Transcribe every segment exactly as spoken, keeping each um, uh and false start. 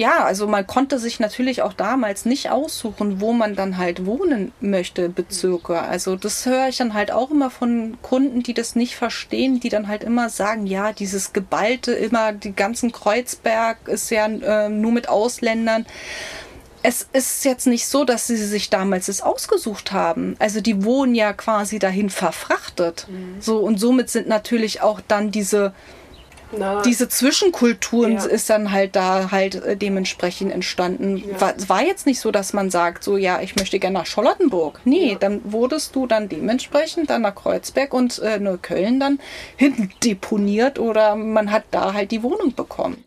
ja, also man konnte sich natürlich auch damals nicht aussuchen, wo man dann halt wohnen möchte, Bezirke. Also das höre ich dann halt auch immer von Kunden, die das nicht verstehen, die dann halt immer sagen, ja, dieses Geballte, immer die ganzen Kreuzberg ist ja äh, nur mit Ausländern. Es ist jetzt nicht so, dass sie sich damals das ausgesucht haben. Also die wohnen ja quasi dahin verfrachtet. Mhm. So, und somit sind natürlich auch dann diese, Na, diese Zwischenkulturen ja. ist dann halt da halt äh, dementsprechend entstanden. Ja. War, es war jetzt nicht so, dass man sagt, so ja, ich möchte gerne nach Charlottenburg. Nee, ja. dann wurdest du dann dementsprechend dann nach Kreuzberg und äh, Neukölln dann hinten deponiert oder man hat da halt die Wohnung bekommen.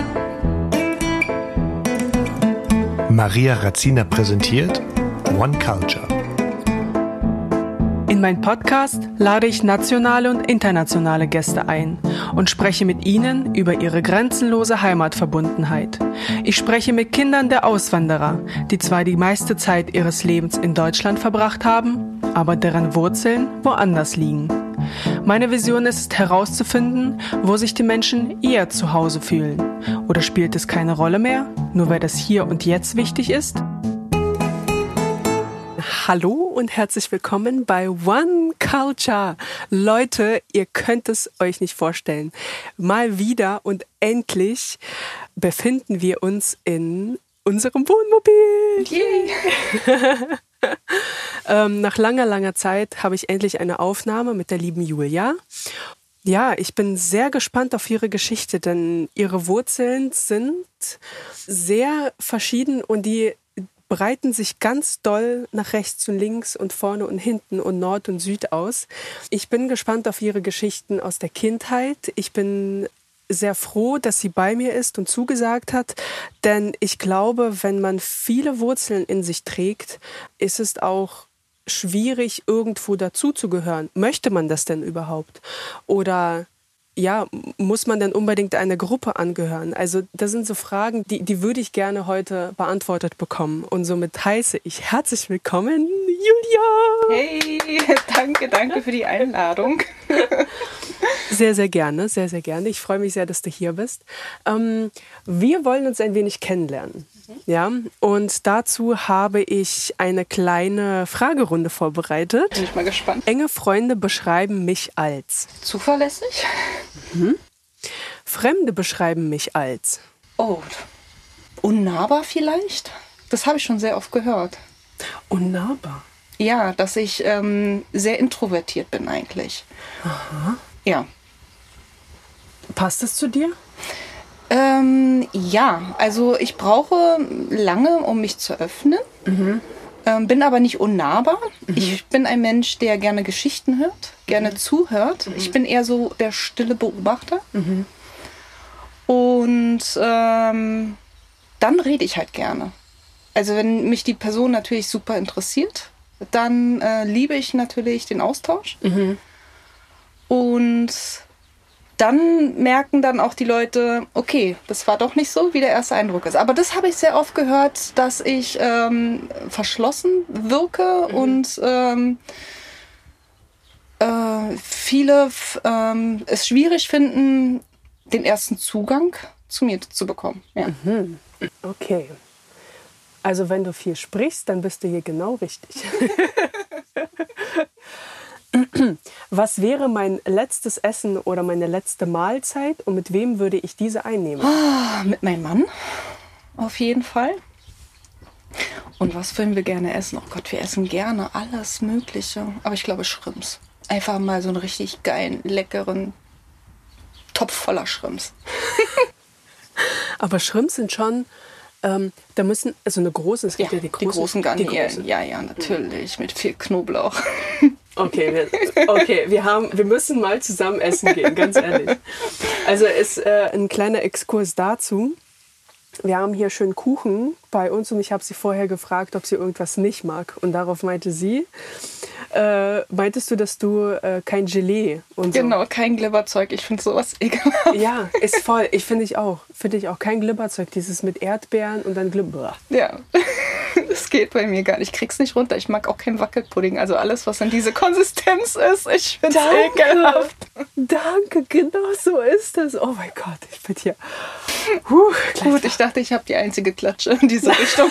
Maria Razziner präsentiert One Culture. In meinem Podcast lade ich nationale und internationale Gäste ein und spreche mit ihnen über ihre grenzenlose Heimatverbundenheit. Ich spreche mit Kindern der Auswanderer, die zwar die meiste Zeit ihres Lebens in Deutschland verbracht haben, aber deren Wurzeln woanders liegen. Meine Vision ist es herauszufinden, wo sich die Menschen eher zu Hause fühlen. Oder spielt es keine Rolle mehr, nur weil das Hier und Jetzt wichtig ist? Hallo und herzlich willkommen bei One Culture. Leute, ihr könnt es euch nicht vorstellen. Mal wieder und endlich befinden wir uns in unserem Wohnmobil. Yay! ähm, nach langer, langer Zeit habe ich endlich eine Aufnahme mit der lieben Julia. Ja, ich bin sehr gespannt auf ihre Geschichte, denn ihre Wurzeln sind sehr verschieden und die breiten sich ganz doll nach rechts und links und vorne und hinten und Nord und Süd aus. Ich bin gespannt auf ihre Geschichten aus der Kindheit. Ich bin sehr froh, dass sie bei mir ist und zugesagt hat, denn ich glaube, wenn man viele Wurzeln in sich trägt, ist es auch schwierig, irgendwo dazuzugehören. Möchte man das denn überhaupt? Oder ja, muss man denn unbedingt einer Gruppe angehören? Also das sind so Fragen, die, die würde ich gerne heute beantwortet bekommen. Und somit heiße ich herzlich willkommen, Julia! Hey, danke, danke für die Einladung. Sehr, sehr gerne, sehr, sehr gerne. Ich freue mich sehr, dass du hier bist. Ähm, wir wollen uns ein wenig kennenlernen. Mhm. Ja, und dazu habe ich eine kleine Fragerunde vorbereitet. Bin ich mal gespannt. Enge Freunde beschreiben mich als zuverlässig. Mhm. Fremde beschreiben mich als oh, unnahbar vielleicht. Das habe ich schon sehr oft gehört. Unnahbar? Ja, dass ich ähm, sehr introvertiert bin eigentlich. Aha. Ja. Passt es zu dir? Ähm, ja, also ich brauche lange, um mich zu öffnen. Mhm. Ähm, bin aber nicht unnahbar. Mhm. Ich bin ein Mensch, der gerne Geschichten hört, gerne mhm. zuhört. Mhm. Ich bin eher so der stille Beobachter. Mhm. Und ähm, dann rede ich halt gerne. Also wenn mich die Person natürlich super interessiert, dann äh, liebe ich natürlich den Austausch. Mhm. Und dann merken dann auch die Leute, okay, das war doch nicht so, wie der erste Eindruck ist. Aber das habe ich sehr oft gehört, dass ich ähm, verschlossen wirke mhm. und ähm, äh, viele ähm, es schwierig finden, den ersten Zugang zu mir zu bekommen. Ja. Mhm. Okay. Also wenn du viel sprichst, dann bist du hier genau richtig. Was wäre mein letztes Essen oder meine letzte Mahlzeit und mit wem würde ich diese einnehmen? Oh, mit meinem Mann, auf jeden Fall. Und was würden wir gerne essen? Oh Gott, wir essen gerne alles Mögliche. Aber ich glaube Shrimps. Einfach mal so einen richtig geilen, leckeren Topf voller Shrimps. Aber Shrimps sind schon... Ähm, da müssen, also eine große, es gibt ja, ja die großen, die großen Garnelen, ja, ja, natürlich, mit viel Knoblauch. Okay, wir, okay, wir haben, wir müssen mal zusammen essen gehen, ganz ehrlich. Also ist äh, ein kleiner Exkurs dazu. Wir haben hier schön Kuchen bei uns und ich habe sie vorher gefragt, ob sie irgendwas nicht mag. Und darauf meinte sie, äh, meintest du, dass du äh, kein Gelee und so? Genau, kein Glibberzeug. Ich finde sowas ekelhaft. Ja, ist voll. Ich finde ich auch. Finde ich auch. Kein Glibberzeug. Dieses mit Erdbeeren und dann Glibber. Ja, das geht bei mir gar nicht. Ich krieg's nicht runter. Ich mag auch keinen Wackelpudding. Also alles, was in diese Konsistenz ist, ich find's ekelhaft. Danke, genau so ist es. Oh mein Gott, ich bin hier. Huh, Gut, ich dachte, ich habe die einzige Klatsche in diese Richtung.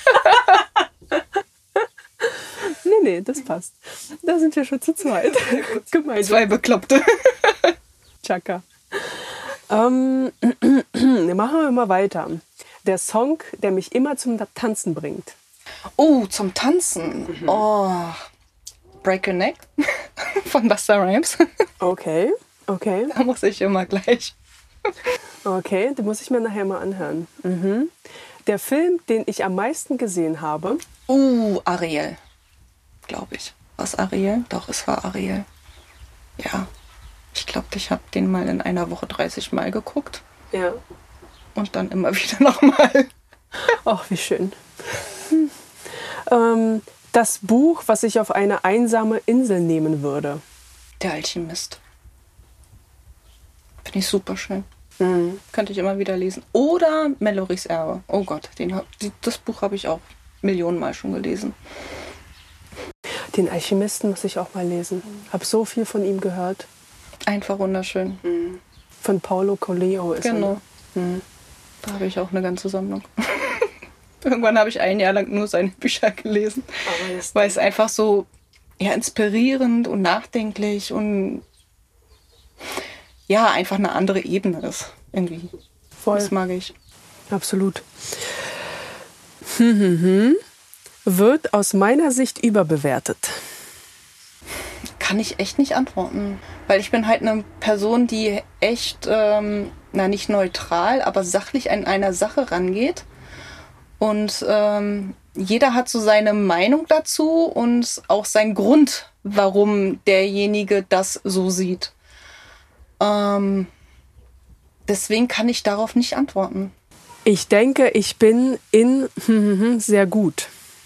Nee, nee, das passt. Da sind wir schon zu zweit. Gemeinsam. Zwei Bekloppte. Chaka. Ähm, machen wir mal weiter. Der Song, der mich immer zum Tanzen bringt. Oh, zum Tanzen. Mhm. Oh, Break Your Neck von Busta Rhymes. Okay, okay. Da muss ich immer gleich. Okay, den muss ich mir nachher mal anhören. Mhm. Der Film, den ich am meisten gesehen habe. Uh, Ariel, glaube ich. Was Ariel? Doch, es war Ariel. Ja, ich glaube, ich habe den mal in einer Woche dreißig Mal geguckt. Ja. Und dann immer wieder nochmal. Ach, wie schön. Hm. Ähm, das Buch, was ich auf eine einsame Insel nehmen würde. Der Alchemist. Finde ich super schön. Mhm. Könnte ich immer wieder lesen. Oder Mallorys Erbe. Oh Gott, den hab, die, das Buch habe ich auch Millionenmal schon gelesen. Den Alchemisten muss ich auch mal lesen. Habe so viel von ihm gehört. Einfach wunderschön. Mhm. Von Paulo Coelho ist genau. er. Mhm. Da habe ich auch eine ganze Sammlung. Irgendwann habe ich ein Jahr lang nur seine Bücher gelesen. Weil es einfach so ja, inspirierend und nachdenklich und ja, einfach eine andere Ebene ist. Irgendwie. Voll. Das mag ich. Absolut. Hm, hm, hm. Wird aus meiner Sicht überbewertet. Kann ich echt nicht antworten. Weil ich bin halt eine Person, die echt, ähm, na nicht neutral, aber sachlich an einer Sache rangeht. Und ähm, jeder hat so seine Meinung dazu und auch seinen Grund, warum derjenige das so sieht. Ähm, deswegen kann ich darauf nicht antworten. Ich denke, ich bin in sehr gut.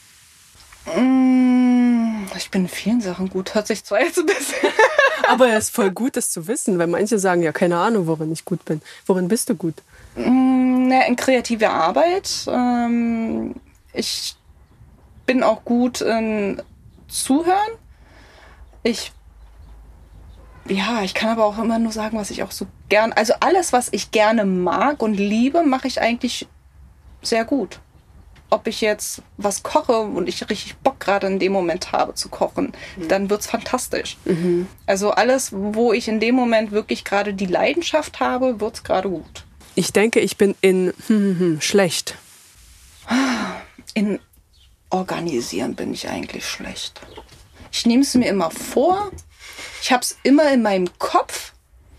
Ich bin in vielen Sachen gut. Hört sich zwar jetzt ein bisschen. Aber es ist voll gut, das zu wissen, weil manche sagen, ja, keine Ahnung, worin ich gut bin. Worin bist du gut? In kreativer Arbeit. Ich bin auch gut in Zuhören. Ich Ja, ich kann aber auch immer nur sagen, was ich auch so gern... Also alles, was ich gerne mag und liebe, mache ich eigentlich sehr gut. Ob ich jetzt was koche und ich richtig Bock gerade in dem Moment habe zu kochen, mhm. dann wird's fantastisch. Mhm. Also alles, wo ich in dem Moment wirklich gerade die Leidenschaft habe, wird's gerade gut. Ich denke, ich bin in hm, hm, schlecht. In Organisieren bin ich eigentlich schlecht. Ich nehme es mir immer vor. Ich habe es immer in meinem Kopf.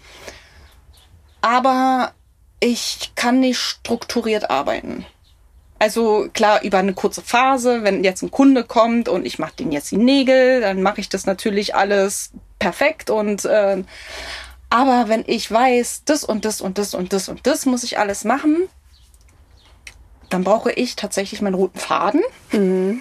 Aber ich kann nicht strukturiert arbeiten. Also klar, über eine kurze Phase, wenn jetzt ein Kunde kommt und ich mache den jetzt die Nägel, dann mache ich das natürlich alles perfekt. Und äh, aber wenn ich weiß, das und das und das und das und das muss ich alles machen, dann brauche ich tatsächlich meinen roten Faden. Mhm.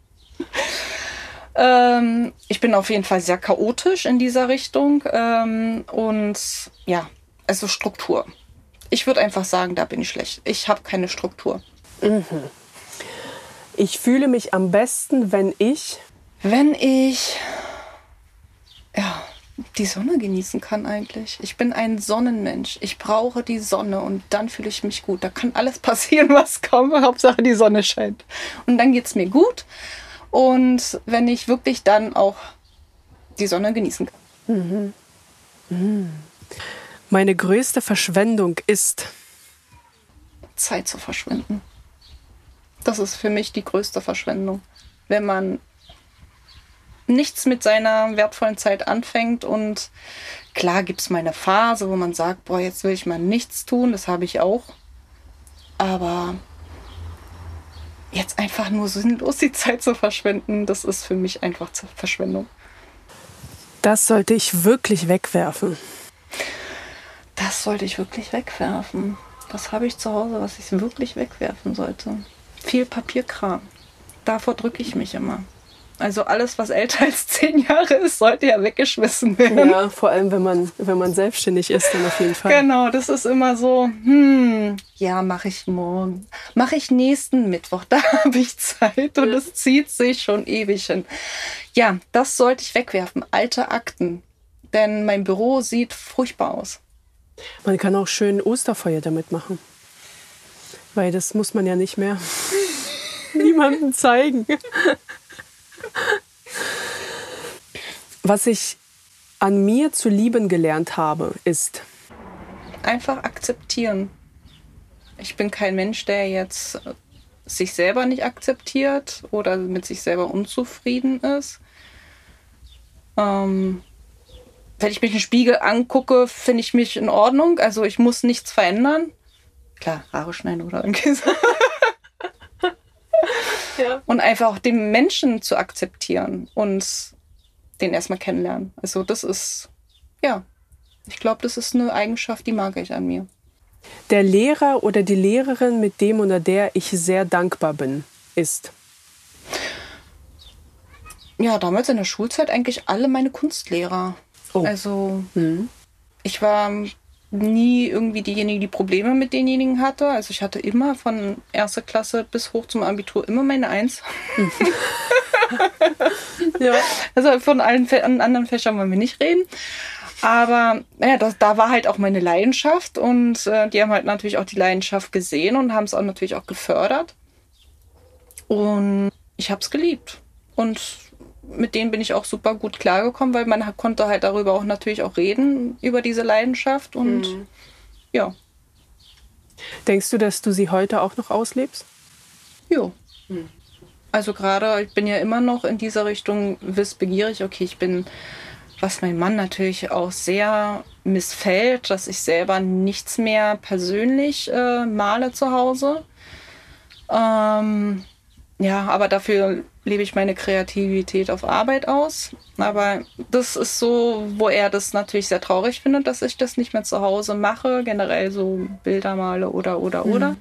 ähm, ich bin auf jeden Fall sehr chaotisch in dieser Richtung. Ähm, und ja, also Struktur. Ich würde einfach sagen, da bin ich schlecht. Ich habe keine Struktur. Mhm. Ich fühle mich am besten, wenn ich... Wenn ich... Ja, die Sonne genießen kann eigentlich. Ich bin ein Sonnenmensch. Ich brauche die Sonne und dann fühle ich mich gut. Da kann alles passieren, was kommt. Hauptsache die Sonne scheint. Und dann geht es mir gut. Und wenn ich wirklich dann auch die Sonne genießen kann. Mhm. Mhm. Meine größte Verschwendung ist... Zeit zu verschwenden. Das ist für mich die größte Verschwendung. Wenn man nichts mit seiner wertvollen Zeit anfängt und klar gibt es mal eine Phase, wo man sagt, boah, jetzt will ich mal nichts tun, das habe ich auch. Aber jetzt einfach nur sinnlos die Zeit zu verschwenden, das ist für mich einfach Verschwendung. Das sollte ich wirklich wegwerfen. Das sollte ich wirklich wegwerfen. Was habe ich zu Hause, was ich wirklich wegwerfen sollte? Viel Papierkram. Davor drücke ich mich immer. Also alles, was älter als zehn Jahre ist, sollte ja weggeschmissen werden. Ja, vor allem, wenn man, wenn man selbstständig ist, dann auf jeden Fall. Genau, das ist immer so, hm, ja, mache ich morgen. Mache ich nächsten Mittwoch, da habe ich Zeit und es zieht sich schon ewig hin. Ja, das sollte ich wegwerfen, alte Akten. Denn mein Büro sieht furchtbar aus. Man kann auch schön Osterfeuer damit machen. Weil das muss man ja nicht mehr niemandem zeigen. Was ich an mir zu lieben gelernt habe, ist einfach akzeptieren. Ich bin kein Mensch, der jetzt sich selber nicht akzeptiert oder mit sich selber unzufrieden ist. Ähm, wenn ich mich im Spiegel angucke, finde ich mich in Ordnung. Also ich muss nichts verändern. Klar, Haare schneiden oder irgendwie so. Ja. Und einfach auch den Menschen zu akzeptieren und den erstmal kennenlernen. Also das ist, ja, ich glaube, das ist eine Eigenschaft, die mag ich an mir. Der Lehrer oder die Lehrerin, mit dem oder der ich sehr dankbar bin, ist? Ja, damals in der Schulzeit eigentlich alle meine Kunstlehrer. Oh. Also mhm. ich war nie irgendwie diejenige, die Probleme mit denjenigen hatte. Also ich hatte immer von erster Klasse bis hoch zum Abitur immer meine Eins. Mhm. Ja. Also von allen anderen Fächern wollen wir nicht reden. Aber ja, das, da war halt auch meine Leidenschaft und äh, die haben halt natürlich auch die Leidenschaft gesehen und haben es auch natürlich auch gefördert. Und ich habe es geliebt. Und mit denen bin ich auch super gut klargekommen, weil man konnte halt darüber auch natürlich auch reden, über diese Leidenschaft. Und mhm. ja. Denkst du, dass du sie heute auch noch auslebst? Jo. Mhm. Also gerade, ich bin ja immer noch in dieser Richtung wissbegierig. Okay, ich bin, was mein Mann natürlich auch sehr missfällt, dass ich selber nichts mehr persönlich äh, male zu Hause. Ähm, ja, aber dafür lebe ich meine Kreativität auf Arbeit aus. Aber das ist so, wo er das natürlich sehr traurig findet, dass ich das nicht mehr zu Hause mache. Generell so Bilder male oder, oder, mhm. oder.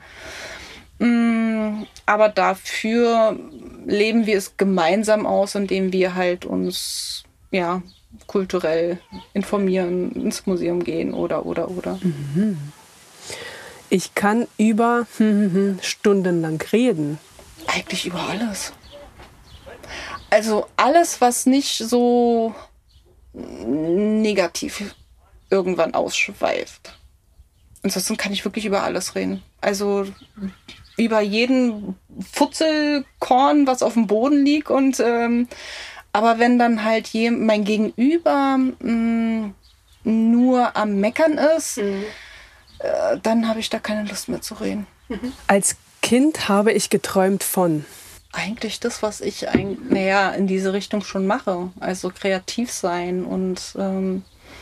Aber dafür leben wir es gemeinsam aus, indem wir halt uns ja kulturell informieren, ins Museum gehen oder, oder, oder. Mhm. Ich kann über stundenlang reden. Eigentlich über alles. Also alles, was nicht so negativ irgendwann ausschweift. Ansonsten kann ich wirklich über alles reden. Also über jeden Futzelkorn, was auf dem Boden liegt. Und ähm, aber wenn dann halt je, mein Gegenüber mh, nur am Meckern ist, mhm. äh, dann habe ich da keine Lust mehr zu reden. Mhm. Als Kind habe ich geträumt von? Eigentlich das, was ich ein, naja, in diese Richtung schon mache. Also kreativ sein und ähm,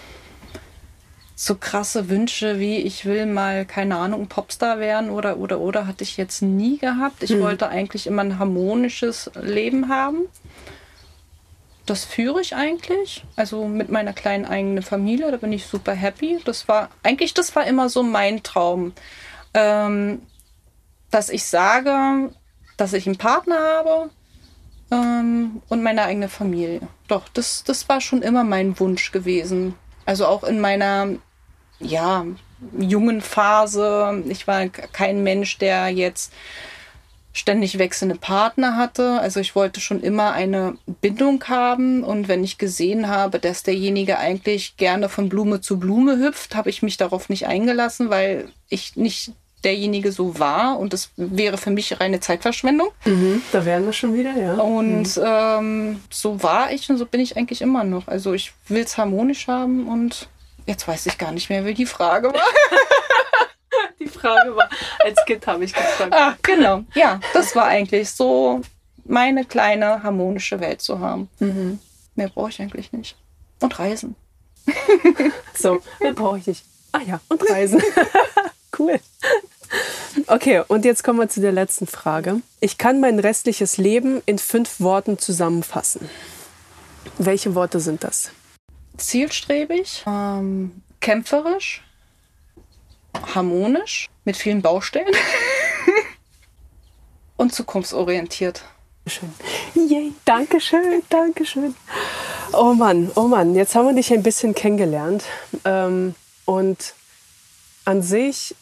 so krasse Wünsche wie ich will mal, keine Ahnung, Popstar werden oder, oder, oder, hatte ich jetzt nie gehabt. Ich hm. wollte eigentlich immer ein harmonisches Leben haben. Das führe ich eigentlich. Also mit meiner kleinen eigenen Familie, da bin ich super happy. Das war, eigentlich, das war immer so mein Traum. Ähm, dass ich sage, dass ich einen Partner habe ähm, und meine eigene Familie. Doch, das, das war schon immer mein Wunsch gewesen. Also auch in meiner, ja, jungen Phase. Ich war kein Mensch, der jetzt ständig wechselnde Partner hatte. Also ich wollte schon immer eine Bindung haben. Und wenn ich gesehen habe, dass derjenige eigentlich gerne von Blume zu Blume hüpft, habe ich mich darauf nicht eingelassen, weil ich nicht derjenige so war. Und das wäre für mich reine Zeitverschwendung. Mhm, da wären wir schon wieder, ja. Und mhm. ähm, so war ich und so bin ich eigentlich immer noch. Also ich will es harmonisch haben und jetzt weiß ich gar nicht mehr, wie die Frage war. Die Frage war, als Kind habe ich gefragt. Ah, genau. Ja, das war eigentlich so, meine kleine harmonische Welt zu haben. Mhm. Mehr brauche ich eigentlich nicht. Und Reisen. So, mehr brauche ich nicht. Ah ja, und Reisen. Cool. Okay, und jetzt kommen wir zu der letzten Frage. Ich kann mein restliches Leben in fünf Worten zusammenfassen. Welche Worte sind das? Zielstrebig, ähm, kämpferisch, harmonisch, mit vielen Baustellen und zukunftsorientiert. Schön. Yay, Dankeschön, Dankeschön. Oh Mann, oh Mann, jetzt haben wir dich ein bisschen kennengelernt. Ähm, und an sich,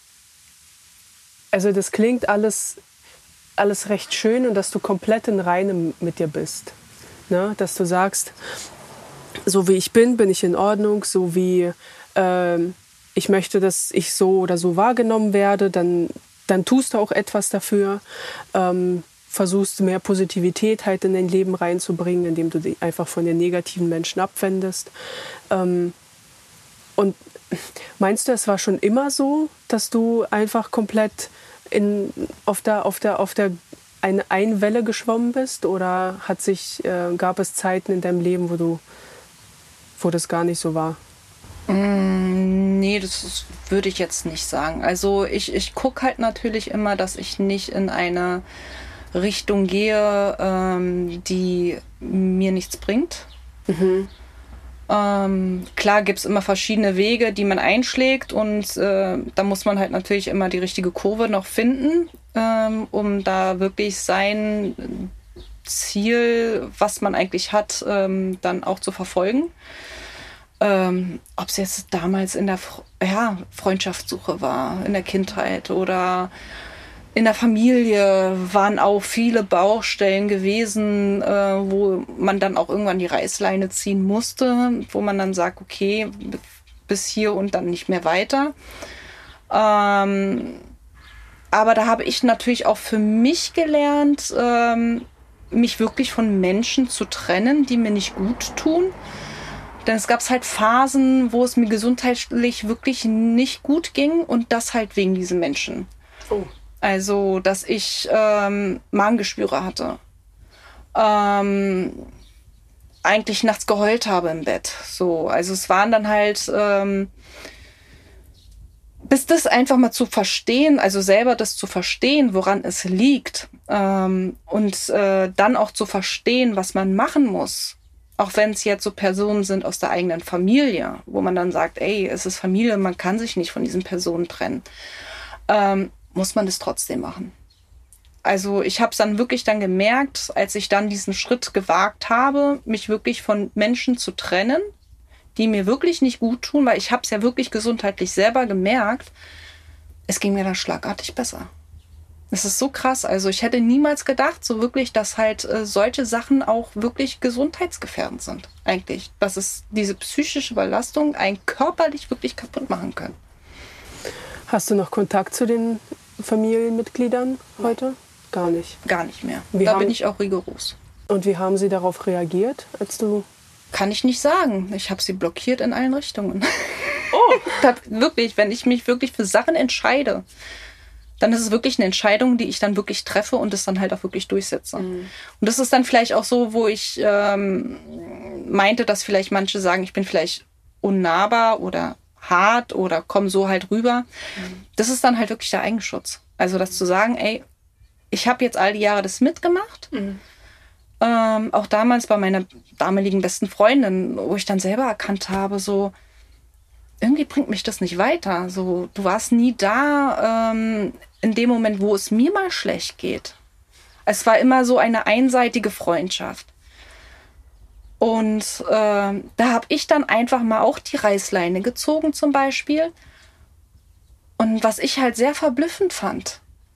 also das klingt alles, alles recht schön und dass du komplett in Reinem mit dir bist. Ne? Dass du sagst, so wie ich bin, bin ich in Ordnung, so wie ähm, ich möchte, dass ich so oder so wahrgenommen werde, dann, dann tust du auch etwas dafür. Ähm, versuchst mehr Positivität halt in dein Leben reinzubringen, indem du dich einfach von den negativen Menschen abwendest. Ähm, und meinst du, es war schon immer so, dass du einfach komplett in, auf der, auf der, auf der eine Einwelle geschwommen bist? Oder hat sich, äh, gab es Zeiten in deinem Leben, wo du, wo das gar nicht so war? Mm, nee, das ist, würde ich jetzt nicht sagen. Also ich, ich gucke halt natürlich immer, dass ich nicht in eine Richtung gehe, ähm, die mir nichts bringt. Mhm. Ähm, klar gibt es immer verschiedene Wege, die man einschlägt und äh, da muss man halt natürlich immer die richtige Kurve noch finden, ähm, um da wirklich sein Ziel, was man eigentlich hat, ähm, dann auch zu verfolgen. Ähm, ob es jetzt damals in der ja, Freundschaftssuche war, in der Kindheit oder in der Familie waren auch viele Baustellen gewesen, äh, wo man dann auch irgendwann die Reißleine ziehen musste, wo man dann sagt, okay, bis hier und dann nicht mehr weiter. Ähm, aber da habe ich natürlich auch für mich gelernt, ähm, mich wirklich von Menschen zu trennen, die mir nicht gut tun. Denn es gab halt Phasen, wo es mir gesundheitlich wirklich nicht gut ging und das halt wegen diesen Menschen. Oh. Also, dass ich ähm, Magengeschwüre hatte. Ähm, eigentlich nachts geheult habe im Bett. So, also es waren dann halt, ähm, bis das einfach mal zu verstehen, also selber das zu verstehen, woran es liegt. Ähm, und äh, dann auch zu verstehen, was man machen muss. Auch wenn es jetzt so Personen sind aus der eigenen Familie, wo man dann sagt, ey, es ist Familie, man kann sich nicht von diesen Personen trennen. Ähm, muss man das trotzdem machen. Also ich habe es dann wirklich dann gemerkt, als ich dann diesen Schritt gewagt habe, mich wirklich von Menschen zu trennen, die mir wirklich nicht gut tun, weil ich habe es ja wirklich gesundheitlich selber gemerkt, es ging mir dann schlagartig besser. Das ist so krass. Also ich hätte niemals gedacht, so wirklich, dass halt äh, solche Sachen auch wirklich gesundheitsgefährdend sind. Eigentlich. Dass es diese psychische Belastung einen körperlich wirklich kaputt machen können. Hast du noch Kontakt zu den Familienmitgliedern heute? Gar nicht. Gar nicht mehr. Wie da haben, bin ich auch rigoros. Und wie haben sie darauf reagiert, als du... Kann ich nicht sagen. Ich habe sie blockiert in allen Richtungen. Oh! da, wirklich, wenn ich mich wirklich für Sachen entscheide, dann ist es wirklich eine Entscheidung, die ich dann wirklich treffe und es dann halt auch wirklich durchsetze. Mhm. Und das ist dann vielleicht auch so, wo ich ähm, meinte, dass vielleicht manche sagen, ich bin vielleicht unnahbar oder hart oder komm so halt rüber. Mhm. Das ist dann halt wirklich der Eigenschutz. Also das zu sagen, ey, ich habe jetzt all die Jahre das mitgemacht. Mhm. Ähm, auch damals bei meiner damaligen besten Freundin, wo ich dann selber erkannt habe, so irgendwie bringt mich das nicht weiter. So, du warst nie da ähm, in dem Moment, wo es mir mal schlecht geht. Es war immer so eine einseitige Freundschaft. Und äh, da habe ich dann einfach mal auch die Reißleine gezogen zum Beispiel. Und was ich halt sehr verblüffend fand,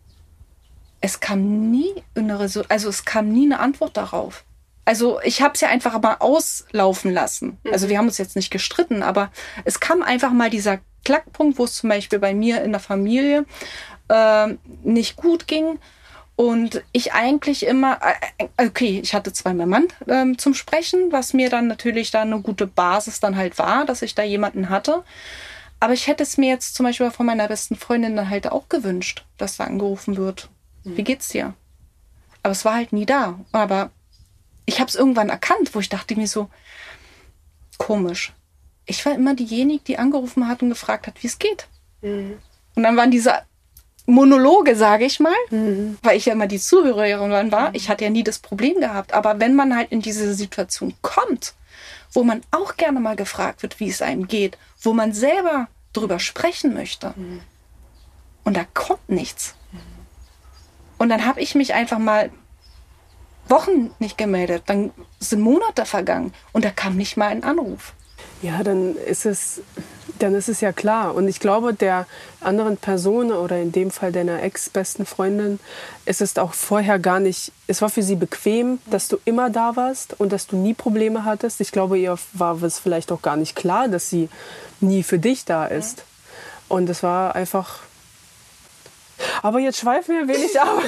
es kam nie eine Resol- also es kam nie eine Antwort darauf. Also ich habe es ja einfach mal auslaufen lassen. Mhm. Also wir haben uns jetzt nicht gestritten, aber es kam einfach mal dieser Knackpunkt, wo es zum Beispiel bei mir in der Familie äh, nicht gut ging. Und ich eigentlich immer, okay, ich hatte zwar meinen Mann ähm, zum Sprechen, was mir dann natürlich da eine gute Basis dann halt war, dass ich da jemanden hatte. Aber ich hätte es mir jetzt zum Beispiel von meiner besten Freundin dann halt auch gewünscht, dass da angerufen wird. Mhm. Wie geht's dir? Aber es war halt nie da. Aber ich habe es irgendwann erkannt, wo ich dachte mir so, komisch. Ich war immer diejenige, die angerufen hat und gefragt hat, wie es geht. Mhm. Und dann waren diese Monologe, sage ich mal, mhm. weil ich ja immer die Zuhörerin war. Ich hatte ja nie das Problem gehabt. Aber wenn man halt in diese Situation kommt, wo man auch gerne mal gefragt wird, wie es einem geht, wo man selber drüber sprechen möchte mhm. und da kommt nichts. Mhm. Und dann habe ich mich einfach mal Wochen nicht gemeldet. Dann sind Monate vergangen und da kam nicht mal ein Anruf. Ja, dann ist es, dann ist es ja klar. Und ich glaube, der anderen Person oder in dem Fall deiner ex-besten Freundin ist es auch vorher gar nicht, es war für sie bequem, dass du immer da warst und dass du nie Probleme hattest. Ich glaube, ihr war es vielleicht auch gar nicht klar, dass sie nie für dich da ist. Und es war einfach... Aber jetzt schweifen wir ein wenig ab.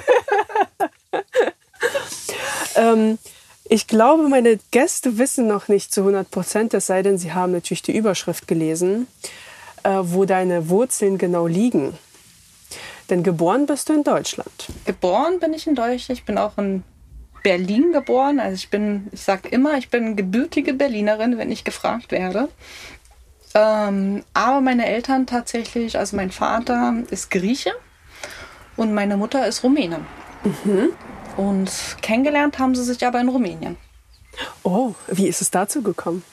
ähm, Ich glaube, meine Gäste wissen noch nicht zu hundert Prozent, es sei denn, sie haben natürlich die Überschrift gelesen, äh, wo deine Wurzeln genau liegen. Denn geboren bist du in Deutschland. Geboren bin ich in Deutschland. Ich bin auch in Berlin geboren. Also ich bin, ich sage immer, ich bin gebürtige Berlinerin, wenn ich gefragt werde. Ähm, aber meine Eltern tatsächlich, also mein Vater ist Grieche und meine Mutter ist Rumänin. Mhm. Und kennengelernt haben sie sich aber in Rumänien. Oh, wie ist es dazu gekommen?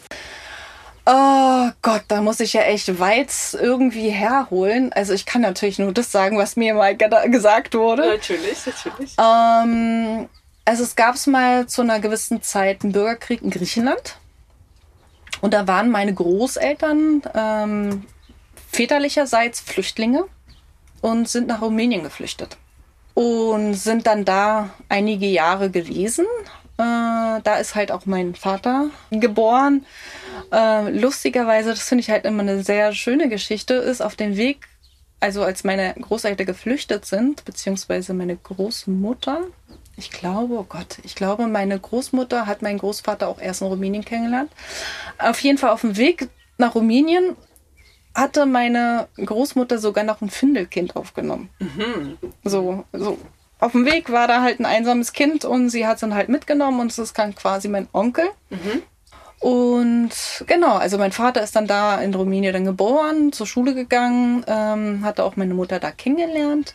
Oh Gott, da muss ich ja echt weit irgendwie herholen. Also ich kann natürlich nur das sagen, was mir mal ge- gesagt wurde. Natürlich, natürlich. Ähm, also es gab mal zu einer gewissen Zeit einen Bürgerkrieg in Griechenland. Und da waren meine Großeltern ähm, väterlicherseits Flüchtlinge und sind nach Rumänien geflüchtet. Und sind dann da einige Jahre gewesen. Äh, da ist halt auch mein Vater geboren. Äh, lustigerweise, das finde ich halt immer eine sehr schöne Geschichte, ist auf dem Weg, also als meine Großeltern geflüchtet sind, beziehungsweise meine Großmutter, ich glaube, oh Gott, ich glaube, meine Großmutter hat meinen Großvater auch erst in Rumänien kennengelernt. Auf jeden Fall auf dem Weg nach Rumänien hatte meine Großmutter sogar noch ein Findelkind aufgenommen. Mhm. So, so. Auf dem Weg war da halt ein einsames Kind und sie hat es dann halt mitgenommen und es ist dann quasi mein Onkel. Mhm. Und genau, also mein Vater ist dann da in Rumänien dann geboren, zur Schule gegangen, ähm, hatte auch meine Mutter da kennengelernt.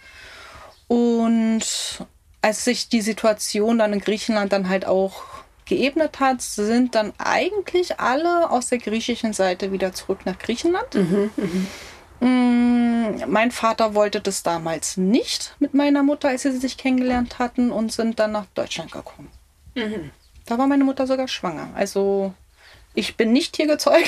Und als sich die Situation dann in Griechenland dann halt auch geebnet hat, sind dann eigentlich alle aus der griechischen Seite wieder zurück nach Griechenland. Mhm, mh. Mein Vater wollte das damals nicht mit meiner Mutter, als sie sich kennengelernt hatten, und sind dann nach Deutschland gekommen. Mhm. Da war meine Mutter sogar schwanger. Also ich bin nicht hier gezeugt.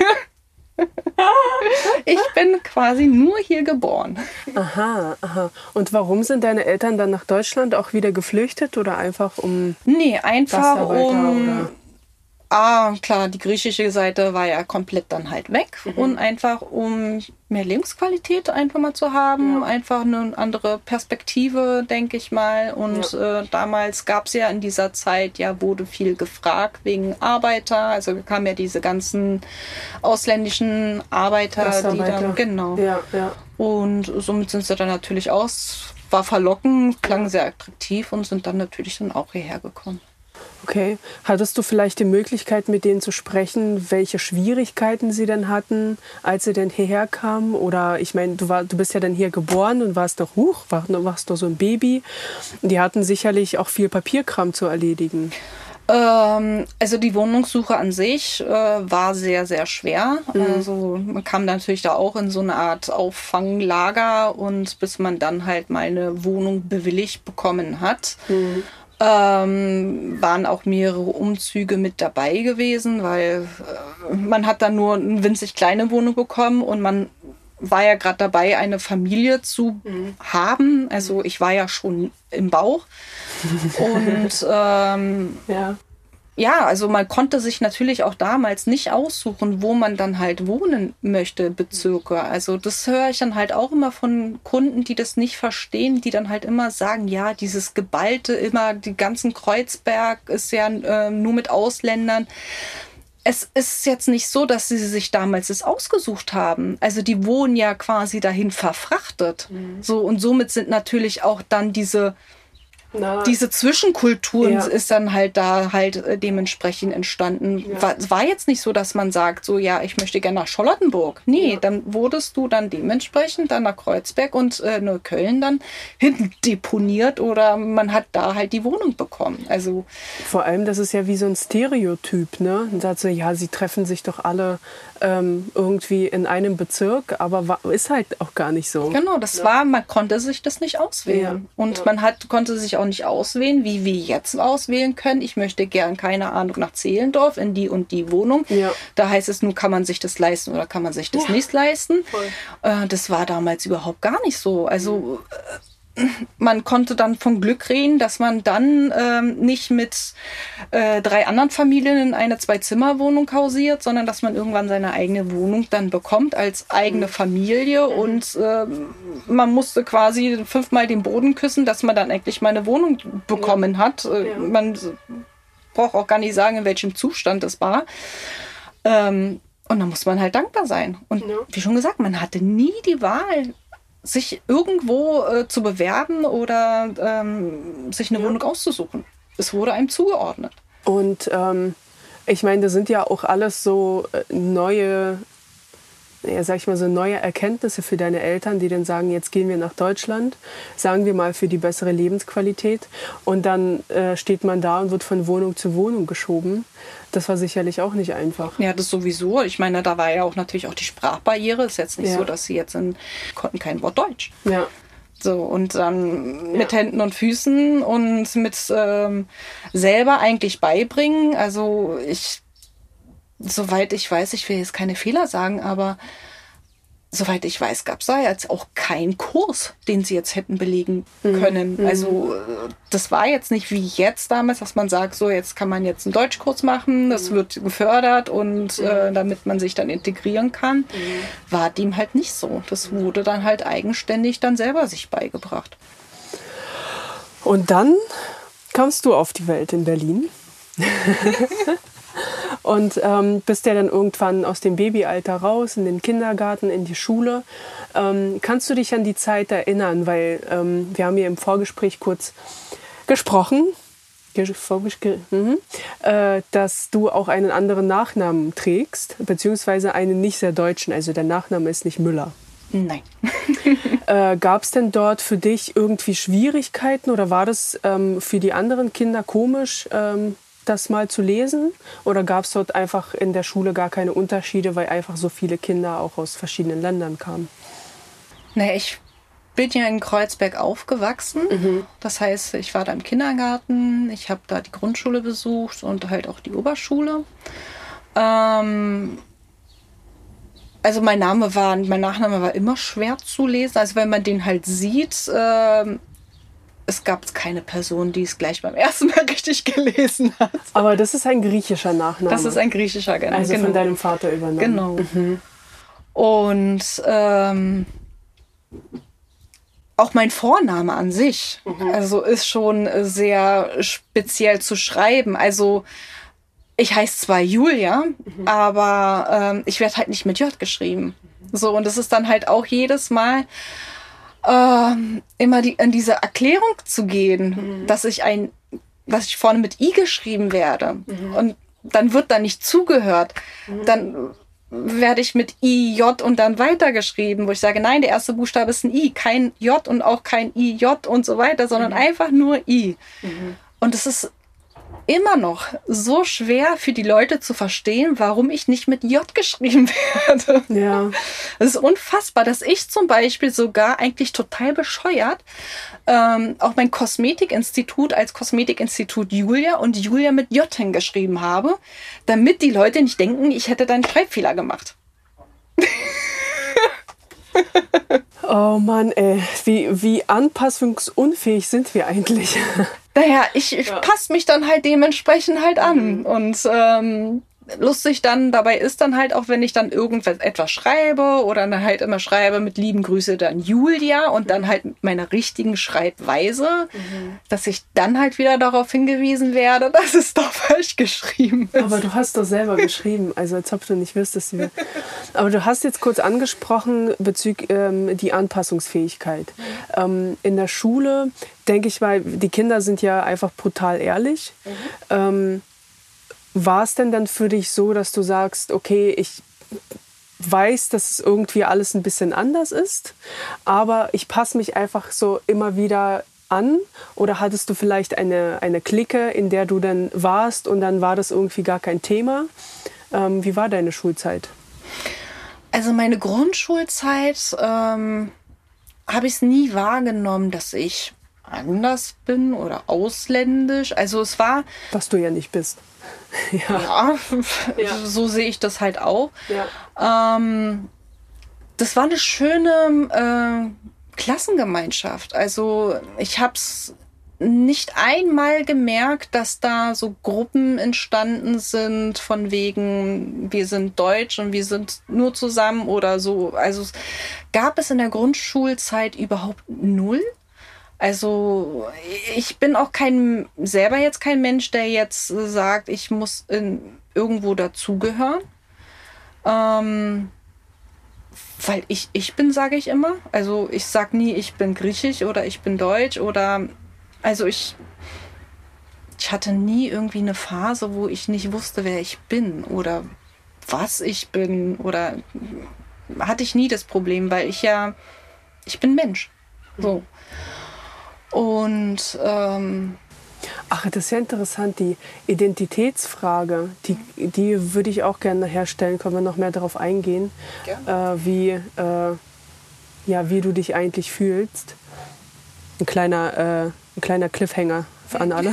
Ich bin quasi nur hier geboren. Aha, aha. Und warum sind deine Eltern dann nach Deutschland auch wieder geflüchtet oder einfach um... Nee, einfach um... Oder? Ah, klar, die griechische Seite war ja komplett dann halt weg. Mhm. Und einfach um mehr Lebensqualität einfach mal zu haben. Ja. Einfach eine andere Perspektive, denke ich mal. Und ja. äh, damals gab es ja in dieser Zeit, ja, wurde viel gefragt wegen Arbeiter. Also kamen ja diese ganzen ausländischen Arbeiter, die dann, genau. Ja, ja. Und somit sind sie dann natürlich aus, war verlockend, klang sehr attraktiv und sind dann natürlich dann auch hierher gekommen. Okay. Hattest du vielleicht die Möglichkeit, mit denen zu sprechen, welche Schwierigkeiten sie denn hatten, als sie denn hierher kamen? Oder ich meine, du, war, du bist ja dann hier geboren und warst doch hoch, war, warst doch so ein Baby. Die hatten sicherlich auch viel Papierkram zu erledigen. Ähm, also die Wohnungssuche an sich äh, war sehr, sehr schwer. Mhm. Also man kam natürlich da auch in so eine Art Auffanglager und bis man dann halt mal eine Wohnung bewilligt bekommen hat. Mhm. Ähm, waren auch mehrere Umzüge mit dabei gewesen, weil äh, man hat dann nur eine winzig kleine Wohnung bekommen und man war ja gerade dabei, eine Familie zu mhm. haben. Also ich war ja schon im Bauch. Und ähm, ja. ja, also man konnte sich natürlich auch damals nicht aussuchen, wo man dann halt wohnen möchte, Bezirke. Also das höre ich dann halt auch immer von Kunden, die das nicht verstehen, die dann halt immer sagen, ja, dieses Geballte, immer die ganzen Kreuzberg ist ja äh, nur mit Ausländern. Es ist jetzt nicht so, dass sie sich damals das ausgesucht haben. Also die wohnen ja quasi dahin verfrachtet. Mhm. So, und somit sind natürlich auch dann diese Na, diese Zwischenkulturen ja. ist dann halt da halt äh, dementsprechend entstanden. Ja. War, es war jetzt nicht so, dass man sagt, so ja, ich möchte gerne nach Charlottenburg. Nee, ja. dann wurdest du dann dementsprechend dann nach Kreuzberg und äh, Neukölln dann hinten deponiert oder man hat da halt die Wohnung bekommen. Also vor allem, das ist ja wie so ein Stereotyp, ne? Und sagt so, ja, sie treffen sich doch alle ähm, irgendwie in einem Bezirk, aber war, ist halt auch gar nicht so. Genau, das ja. war, man konnte sich das nicht auswählen. Ja. Und ja. man hat, konnte sich auch nicht auswählen, wie wir jetzt auswählen können. Ich möchte gern, keine Ahnung, nach Zehlendorf in die und die Wohnung. Ja. Da heißt es nur, kann man sich das leisten oder kann man sich das ja. nicht leisten. Äh, das war damals überhaupt gar nicht so. Also äh, man konnte dann von Glück reden, dass man dann ähm, nicht mit äh, drei anderen Familien in eine Zwei-Zimmer-Wohnung hausiert, sondern dass man irgendwann seine eigene Wohnung dann bekommt als eigene Familie. Mhm. Und äh, man musste quasi fünfmal den Boden küssen, dass man dann endlich mal eine Wohnung bekommen ja. hat. Äh, ja. Man braucht auch gar nicht sagen, in welchem Zustand es war. Ähm, und dann muss man halt dankbar sein. Und ja. wie schon gesagt, man hatte nie die Wahl, sich irgendwo äh, zu bewerben oder ähm, sich eine ja. Wohnung auszusuchen. Es wurde einem zugeordnet. Und ähm, ich meine, das sind ja auch alles so äh, neue, ja, sag ich mal, so neue Erkenntnisse für deine Eltern, die dann sagen, jetzt gehen wir nach Deutschland, sagen wir mal für die bessere Lebensqualität. Und dann äh, steht man da und wird von Wohnung zu Wohnung geschoben. Das war sicherlich auch nicht einfach. Ja, das sowieso. Ich meine, da war ja auch natürlich auch die Sprachbarriere. Ist jetzt nicht ja. so, dass sie jetzt in, konnten kein Wort Deutsch. Ja. So, und dann mit ja. Händen und Füßen und mit ähm, selber eigentlich beibringen. Also ich, soweit ich weiß, ich will jetzt keine Fehler sagen, aber soweit ich weiß, gab es da jetzt auch keinen Kurs, den sie jetzt hätten belegen können. Mhm. Also das war jetzt nicht wie jetzt damals, dass man sagt, so jetzt kann man jetzt einen Deutschkurs machen, das mhm. wird gefördert und mhm. äh, damit man sich dann integrieren kann, mhm. war dem halt nicht so. Das wurde dann halt eigenständig dann selber sich beigebracht. Und dann kamst du auf die Welt in Berlin. Und ähm, bist ja dann irgendwann aus dem Babyalter raus, in den Kindergarten, in die Schule. Ähm, kannst du dich an die Zeit erinnern? Weil ähm, wir haben hier im Vorgespräch kurz gesprochen, mhm, äh, dass du auch einen anderen Nachnamen trägst, beziehungsweise einen nicht sehr deutschen. Also der Nachname ist nicht Müller. Nein. äh, gab es denn dort für dich irgendwie Schwierigkeiten oder war das ähm, für die anderen Kinder komisch, ähm, das mal zu lesen? Oder gab es dort einfach in der Schule gar keine Unterschiede, weil einfach so viele Kinder auch aus verschiedenen Ländern kamen? Nee, ich bin ja in Kreuzberg aufgewachsen. Mhm. Das heißt, ich war da im Kindergarten, ich habe da die Grundschule besucht und halt auch die Oberschule. Ähm, also mein Name war, mein Nachname war immer schwer zu lesen. Also wenn man den halt sieht, ähm, es gab keine Person, die es gleich beim ersten Mal richtig gelesen hat. Aber das ist ein griechischer Nachname. Das ist ein griechischer, genau. Also genau. von deinem Vater übernommen. Genau. Mhm. Und ähm, auch mein Vorname an sich, mhm. also ist schon sehr speziell zu schreiben. Also ich heiße zwar Julia, mhm. aber ähm, ich werde halt nicht mit J geschrieben. So, und es ist dann halt auch jedes Mal Ähm, immer die, in diese Erklärung zu gehen, mhm. dass ich ein, dass ich vorne mit I geschrieben werde mhm. und dann wird da nicht zugehört, mhm. dann werde ich mit I J und dann weitergeschrieben, wo ich sage, nein, der erste Buchstabe ist ein I, kein J und auch kein I J und so weiter, sondern mhm. einfach nur I. Mhm. Und es ist immer noch so schwer für die Leute zu verstehen, warum ich nicht mit J geschrieben werde. Ja. Es ist unfassbar, dass ich zum Beispiel sogar eigentlich total bescheuert ähm, auch mein Kosmetikinstitut als Kosmetikinstitut Julia und Julia mit J hingeschrieben habe, damit die Leute nicht denken, ich hätte da einen Schreibfehler gemacht. Oh Mann, ey, wie, wie anpassungsunfähig sind wir eigentlich? Naja, ich, ich ja. passe mich dann halt dementsprechend halt an. Mhm. Und ähm, lustig dann dabei ist dann halt auch, wenn ich dann irgendwas etwas schreibe oder dann halt immer schreibe mit lieben Grüße dann Julia und dann halt mit meiner richtigen Schreibweise, mhm. dass ich dann halt wieder darauf hingewiesen werde, dass es doch falsch geschrieben ist. Aber du hast doch selber geschrieben, also als ob du nicht wüsstest. Wie. Aber du hast jetzt kurz angesprochen bezüglich ähm, die Anpassungsfähigkeit. Mhm. Ähm, in der Schule, denke ich mal, die Kinder sind ja einfach brutal ehrlich. Mhm. Ähm, War es denn dann für dich so, dass du sagst, okay, ich weiß, dass es irgendwie alles ein bisschen anders ist, aber ich passe mich einfach so immer wieder an? Oder hattest du vielleicht eine, eine Clique, in der du dann warst und dann war das irgendwie gar kein Thema? Ähm, wie war deine Schulzeit? Also meine Grundschulzeit ähm, habe ich es nie wahrgenommen, dass ich anders bin oder ausländisch. Also es war... Was du ja nicht bist. Ja, ja, ja. So sehe ich das halt auch. Ja. Ähm, das war eine schöne äh, Klassengemeinschaft. Also ich habe es nicht einmal gemerkt, dass da so Gruppen entstanden sind von wegen, wir sind deutsch und wir sind nur zusammen oder so. Also es gab es in der Grundschulzeit überhaupt null. Also ich bin auch kein, selber jetzt kein Mensch, der jetzt sagt, ich muss in, irgendwo dazugehören. Ähm, weil ich ich bin, sage ich immer. Also ich sag nie, ich bin griechisch oder ich bin deutsch oder... Also ich, ich hatte nie irgendwie eine Phase, wo ich nicht wusste, wer ich bin oder was ich bin. Oder hatte ich nie das Problem, weil ich ja, ich bin Mensch. So. Und ähm, ach, das ist ja interessant, die Identitätsfrage, die, die würde ich auch gerne nachher stellen, können wir noch mehr darauf eingehen, äh, wie, äh, ja, wie du dich eigentlich fühlst. Ein kleiner, äh, ein kleiner Cliffhanger an alle.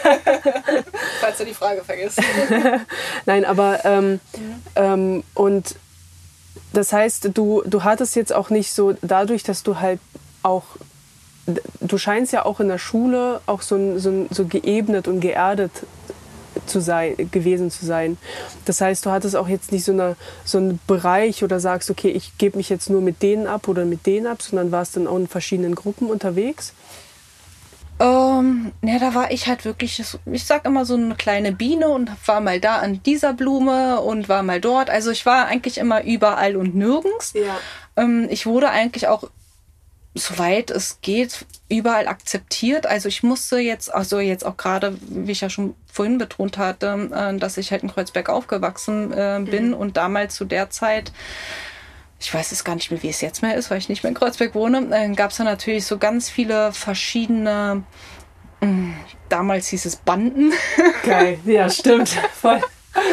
Falls du die Frage vergisst. Nein, aber ähm, mhm. ähm, und das heißt, du, du hattest jetzt auch nicht so, dadurch, dass du halt auch, du scheinst ja auch in der Schule auch so, so, so geebnet und geerdet zu sein, gewesen zu sein. Das heißt, du hattest auch jetzt nicht so, eine, so einen Bereich oder sagst, okay, ich gebe mich jetzt nur mit denen ab oder mit denen ab, sondern warst dann auch in verschiedenen Gruppen unterwegs? Ähm, ja, da war ich halt wirklich, ich sag immer so eine kleine Biene und war mal da an dieser Blume und war mal dort. Also ich war eigentlich immer überall und nirgends. Ja. Ähm, ich wurde eigentlich auch, soweit es geht, überall akzeptiert. Also ich musste jetzt, also jetzt auch gerade, wie ich ja schon vorhin betont hatte, äh, dass ich halt in Kreuzberg aufgewachsen äh, bin mhm. und damals zu der Zeit, ich weiß es gar nicht mehr, wie es jetzt mehr ist, weil ich nicht mehr in Kreuzberg wohne, äh, gab es da natürlich so ganz viele verschiedene, äh, damals hieß es Banden. Geil, ja, stimmt, voll.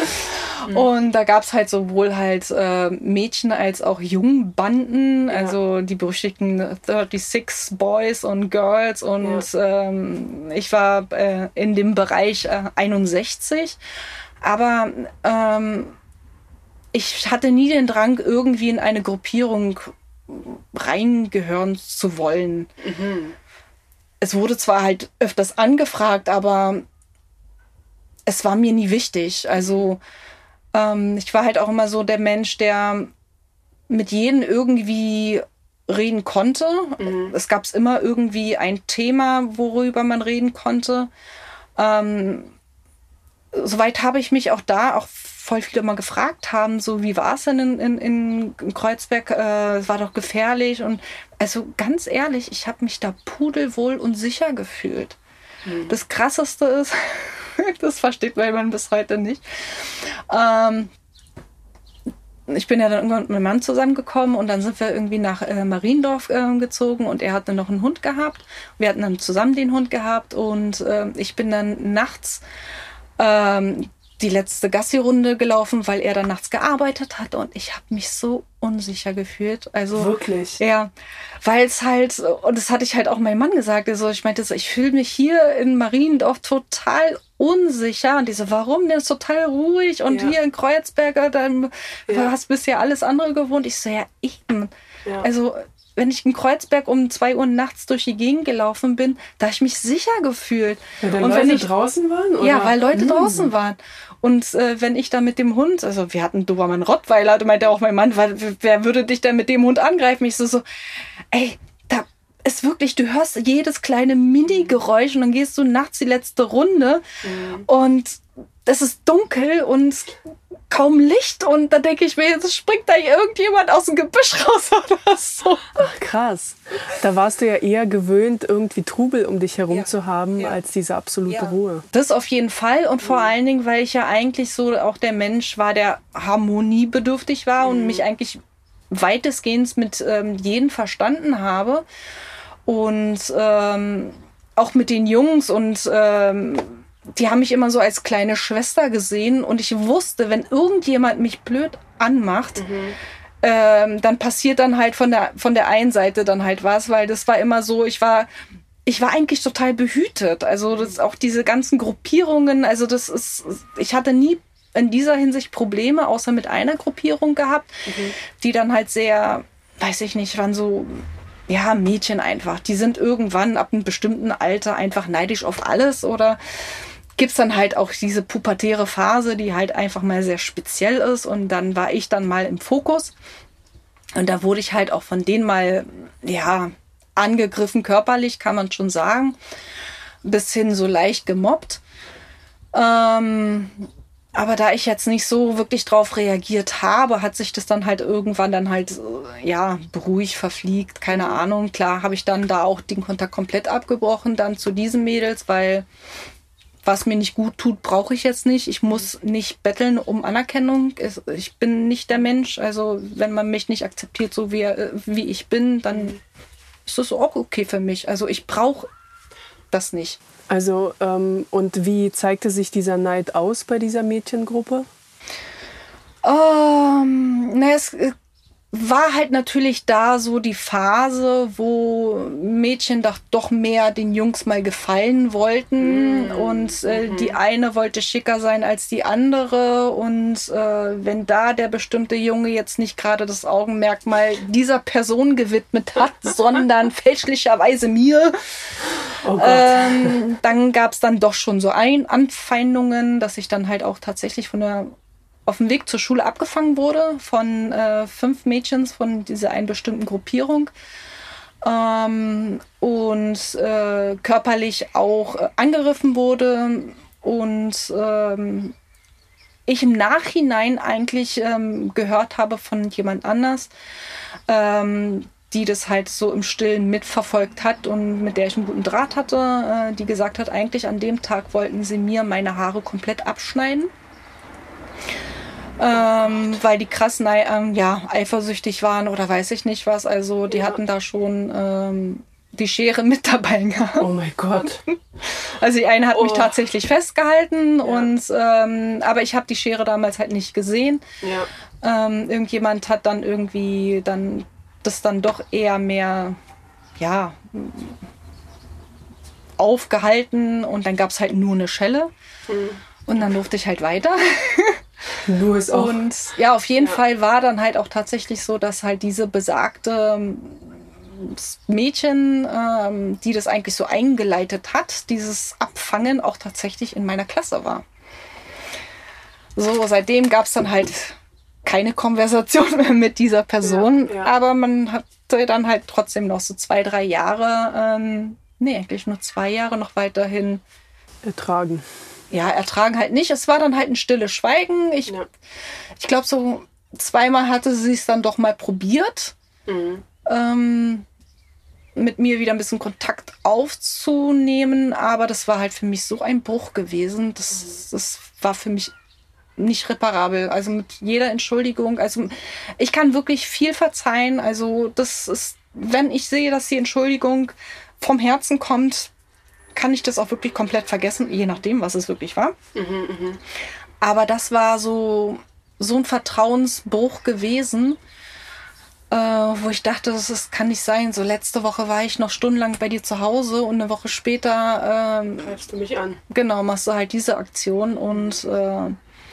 Und da gab es halt sowohl halt äh, Mädchen als auch Jungbanden, ja. Also die berüchtigten sechsunddreißig Boys und Girls und ja. ähm, ich war äh, in dem Bereich äh, einundsechzig, aber ähm, ich hatte nie den Drang, irgendwie in eine Gruppierung reingehören zu wollen. Mhm. Es wurde zwar halt öfters angefragt, aber es war mir nie wichtig. Also ähm, ich war halt auch immer so der Mensch, der mit jedem irgendwie reden konnte. Mhm. Es gab immer irgendwie ein Thema, worüber man reden konnte. Ähm, soweit habe ich mich auch da, auch voll viele mal gefragt haben, so wie war es denn in, in, in Kreuzberg? Äh, es war doch gefährlich. Und also ganz ehrlich, ich habe mich da pudelwohl und sicher gefühlt. Mhm. Das Krasseste ist, das versteht man bis heute nicht. Ähm, ich bin ja dann irgendwann mit meinem Mann zusammengekommen und dann sind wir irgendwie nach äh, Mariendorf äh, gezogen und er hatte noch einen Hund gehabt. Wir hatten dann zusammen den Hund gehabt und äh, ich bin dann nachts ähm, die letzte Gassi-Runde gelaufen, weil er dann nachts gearbeitet hat und ich habe mich so unsicher gefühlt. Also wirklich? Ja, weil es halt, und das hatte ich halt auch meinem Mann gesagt, also ich meinte so, ich fühle mich hier in Mariendorf total unsicher und die so, warum? Der ist total ruhig und ja. Hier in Kreuzberg, dann ja. hast bisher alles andere gewohnt. Ich so, ja eben. Ja. Also wenn ich in Kreuzberg um zwei Uhr nachts durch die Gegend gelaufen bin, da habe ich mich sicher gefühlt. Ja, weil und Leute wenn ich, draußen waren? Oder? Ja, weil Leute mm. draußen waren. Und äh, wenn ich da mit dem Hund, also wir hatten Dobermann Rottweiler, da meinte auch mein Mann, wer würde dich denn mit dem Hund angreifen? Ich so, so, ey, da ist wirklich, du hörst jedes kleine Mini-Geräusch und dann gehst du nachts die letzte Runde mm. und es ist dunkel und kaum Licht und da denke ich mir, jetzt springt da irgendjemand aus dem Gebüsch raus oder so. Ach krass. Da warst du ja eher gewöhnt, irgendwie Trubel um dich herum ja. zu haben, ja. als diese absolute ja. Ruhe. Das auf jeden Fall und vor mhm. allen Dingen, weil ich ja eigentlich so auch der Mensch war, der harmoniebedürftig war mhm. und mich eigentlich weitestgehend mit ähm, jedem verstanden habe und ähm, auch mit den Jungs und ähm, die haben mich immer so als kleine Schwester gesehen und ich wusste, wenn irgendjemand mich blöd anmacht, mhm. ähm, dann passiert dann halt von der, von der einen Seite dann halt was, weil das war immer so, ich war, ich war eigentlich total behütet. Also das, auch diese ganzen Gruppierungen, also das ist, ich hatte nie in dieser Hinsicht Probleme, außer mit einer Gruppierung gehabt, mhm. die dann halt sehr, weiß ich nicht, waren so, ja, Mädchen einfach. Die sind irgendwann ab einem bestimmten Alter einfach neidisch auf alles oder gibt's dann halt auch diese pubertäre Phase, die halt einfach mal sehr speziell ist und dann war ich dann mal im Fokus und da wurde ich halt auch von denen mal, ja, angegriffen, körperlich kann man schon sagen, bis hin so leicht gemobbt. Ähm, aber da ich jetzt nicht so wirklich drauf reagiert habe, hat sich das dann halt irgendwann dann halt, ja, beruhigt, verfliegt, keine Ahnung. Klar habe ich dann da auch den Kontakt komplett abgebrochen, dann zu diesen Mädels, weil was mir nicht gut tut, brauche ich jetzt nicht. Ich muss nicht betteln um Anerkennung. Ich bin nicht der Mensch. Also wenn man mich nicht akzeptiert, so wie, wie ich bin, dann ist das auch okay für mich. Also ich brauche das nicht. Also ähm, und wie zeigte sich dieser Neid aus bei dieser Mädchengruppe? Ähm, na, es war halt natürlich da so die Phase, wo Mädchen doch, doch mehr den Jungs mal gefallen wollten mm. und äh, mm. die eine wollte schicker sein als die andere und äh, wenn da der bestimmte Junge jetzt nicht gerade das Augenmerkmal dieser Person gewidmet hat, sondern fälschlicherweise mir, oh ähm, dann gab es dann doch schon so ein Anfeindungen, dass ich dann halt auch tatsächlich von der auf dem Weg zur Schule abgefangen wurde von äh, fünf Mädchen von dieser einen bestimmten Gruppierung ähm, und äh, körperlich auch äh, angegriffen wurde und ähm, ich im Nachhinein eigentlich ähm, gehört habe von jemand anders, ähm, die das halt so im Stillen mitverfolgt hat und mit der ich einen guten Draht hatte, äh, die gesagt hat, eigentlich an dem Tag wollten sie mir meine Haare komplett abschneiden. Ähm, weil die krass ähm, ja, eifersüchtig waren oder weiß ich nicht was. Also die ja. hatten da schon ähm, die Schere mit dabei gehabt. Oh mein Gott. Also die eine hat oh. mich tatsächlich festgehalten, ja. und ähm, aber ich habe die Schere damals halt nicht gesehen. Ja. Ähm, irgendjemand hat dann irgendwie dann das dann doch eher mehr ja, aufgehalten und dann gab es halt nur eine Schelle. Mhm. Und dann durfte ich halt weiter. Nur ist auch. Und ja, auf jeden ja. Fall war dann halt auch tatsächlich so, dass halt diese besagte Mädchen, ähm, die das eigentlich so eingeleitet hat, dieses Abfangen auch tatsächlich in meiner Klasse war. So, seitdem gab es dann halt keine Konversation mehr mit dieser Person, ja, ja. aber man hatte dann halt trotzdem noch so zwei, drei Jahre, ähm, nee, eigentlich nur zwei Jahre noch weiterhin ertragen. Ja, ertragen halt nicht. Es war dann halt ein stilles Schweigen. Ich, ja. ich glaube, so zweimal hatte sie es dann doch mal probiert, mhm. ähm, mit mir wieder ein bisschen Kontakt aufzunehmen. Aber das war halt für mich so ein Bruch gewesen. Das, das war für mich nicht reparabel. Also mit jeder Entschuldigung. Also ich kann wirklich viel verzeihen. Also das ist, wenn ich sehe, dass die Entschuldigung vom Herzen kommt, kann ich das auch wirklich komplett vergessen, je nachdem, was es wirklich war. Mhm, mh. Aber das war so, so ein Vertrauensbruch gewesen, äh, wo ich dachte, das ist, kann nicht sein. So letzte Woche war ich noch stundenlang bei dir zu Hause und eine Woche später ähm, greifst du mich an. Genau, machst du halt diese Aktion und äh,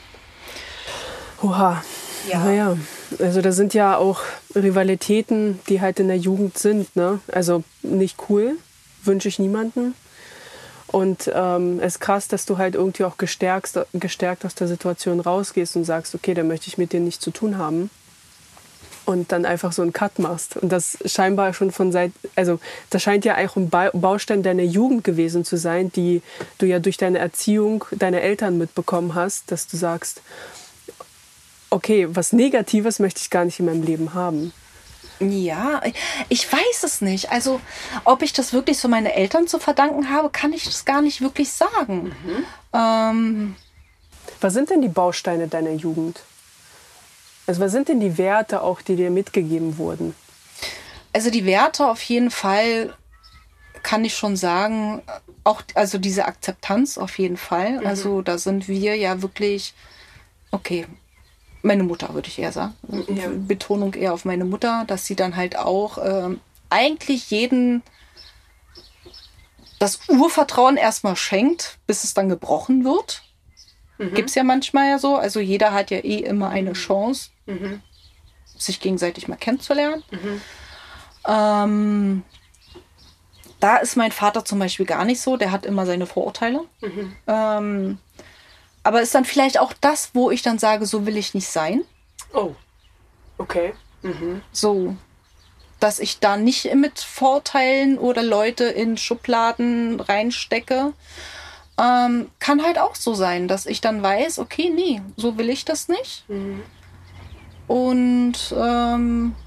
Oha. Ja. Naja, also da sind ja auch Rivalitäten, die halt in der Jugend sind, ne? Also nicht cool, wünsche ich niemanden. Und ähm, es ist krass, dass du halt irgendwie auch gestärkt, gestärkt aus der Situation rausgehst und sagst, okay, dann möchte ich mit dir nichts zu tun haben. Und dann einfach so einen Cut machst. Und das scheinbar schon von seit, also das scheint ja auch ein ba- Baustein deiner Jugend gewesen zu sein, die du ja durch deine Erziehung deiner Eltern mitbekommen hast, dass du sagst, okay, was Negatives möchte ich gar nicht in meinem Leben haben. Ja, ich weiß es nicht. Also, ob ich das wirklich so meine Eltern zu verdanken habe, kann ich das gar nicht wirklich sagen. Mhm. Ähm, was sind denn die Bausteine deiner Jugend? Also, was sind denn die Werte auch, die dir mitgegeben wurden? Also, die Werte auf jeden Fall kann ich schon sagen, auch also diese Akzeptanz auf jeden Fall. Mhm. Also, da sind wir ja wirklich, okay, meine Mutter, würde ich eher sagen. Ja. Betonung eher auf meine Mutter, dass sie dann halt auch ähm, eigentlich jeden das Urvertrauen erstmal schenkt, bis es dann gebrochen wird. Mhm. Gibt es ja manchmal ja so. Also jeder hat ja eh immer eine Chance, mhm. sich gegenseitig mal kennenzulernen. Mhm. Ähm, da ist mein Vater zum Beispiel gar nicht so. Der hat immer seine Vorurteile. Mhm. Ähm, aber ist dann vielleicht auch das, wo ich dann sage, so will ich nicht sein. Oh, okay. Mhm. So, dass ich da nicht mit Vorteilen oder Leute in Schubladen reinstecke. Ähm, kann halt auch so sein, dass ich dann weiß, okay, nee, so will ich das nicht. Mhm. Und ähm,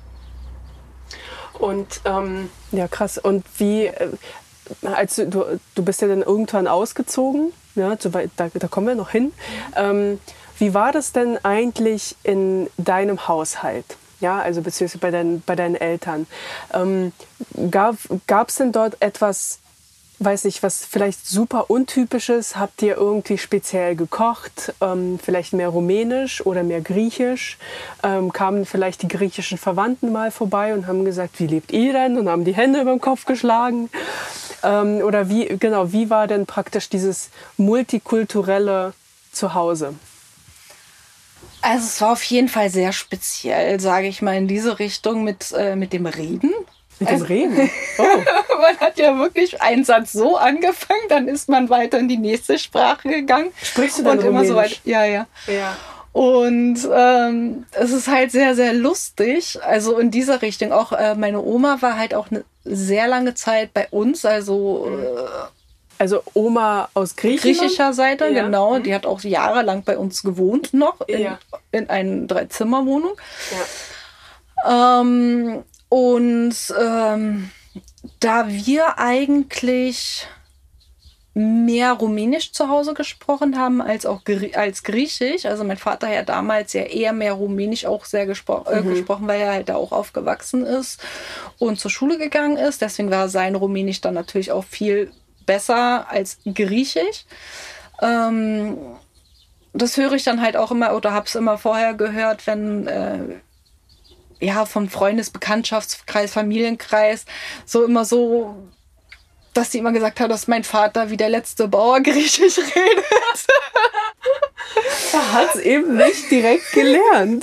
und ähm, ja, krass. Und wie, äh, als du, du, du bist ja dann irgendwann ausgezogen, ja, so weit, da, da kommen wir noch hin. Ähm, wie war das denn eigentlich in deinem Haushalt? Ja, also beziehungsweise bei, dein, bei deinen Eltern. Ähm, gab es denn dort etwas, weiß nicht, was vielleicht super untypisches? Habt ihr irgendwie speziell gekocht? Ähm, vielleicht mehr rumänisch oder mehr griechisch? Ähm, kamen vielleicht die griechischen Verwandten mal vorbei und haben gesagt, wie lebt ihr denn? Und haben die Hände über den Kopf geschlagen? Ähm, oder wie, genau, wie war denn praktisch dieses multikulturelle Zuhause? Also es war auf jeden Fall sehr speziell, sage ich mal, in diese Richtung mit, äh, mit dem Reden. Mit dem also, Reden? Oh. Man hat ja wirklich einen Satz so angefangen, dann ist man weiter in die nächste Sprache gegangen. Sprichst du dann und immer Rumänisch? So weiter. Ja, ja. ja. Und ähm, es ist halt sehr, sehr lustig. Also in dieser Richtung. Auch äh, meine Oma war halt auch eine sehr lange Zeit bei uns. Also äh, Also Oma aus Griechenland? Griechischer Seite, ja. Genau. Die hat auch jahrelang bei uns gewohnt noch in, ja. in einer Dreizimmerwohnung. Ja. Ähm, und ähm, da wir eigentlich mehr Rumänisch zu Hause gesprochen haben als auch Grie- als Griechisch. Also mein Vater ja damals ja eher mehr Rumänisch auch sehr gespro- äh, mhm. gesprochen, weil er halt da auch aufgewachsen ist und zur Schule gegangen ist. Deswegen war sein Rumänisch dann natürlich auch viel besser als Griechisch. Ähm, das höre ich dann halt auch immer oder habe es immer vorher gehört, wenn äh, ja vom Freundes-, Bekanntschaftskreis, Familienkreis so immer so, dass die immer gesagt haben, dass mein Vater wie der letzte Bauer Griechisch redet. Er hat es eben nicht direkt gelernt.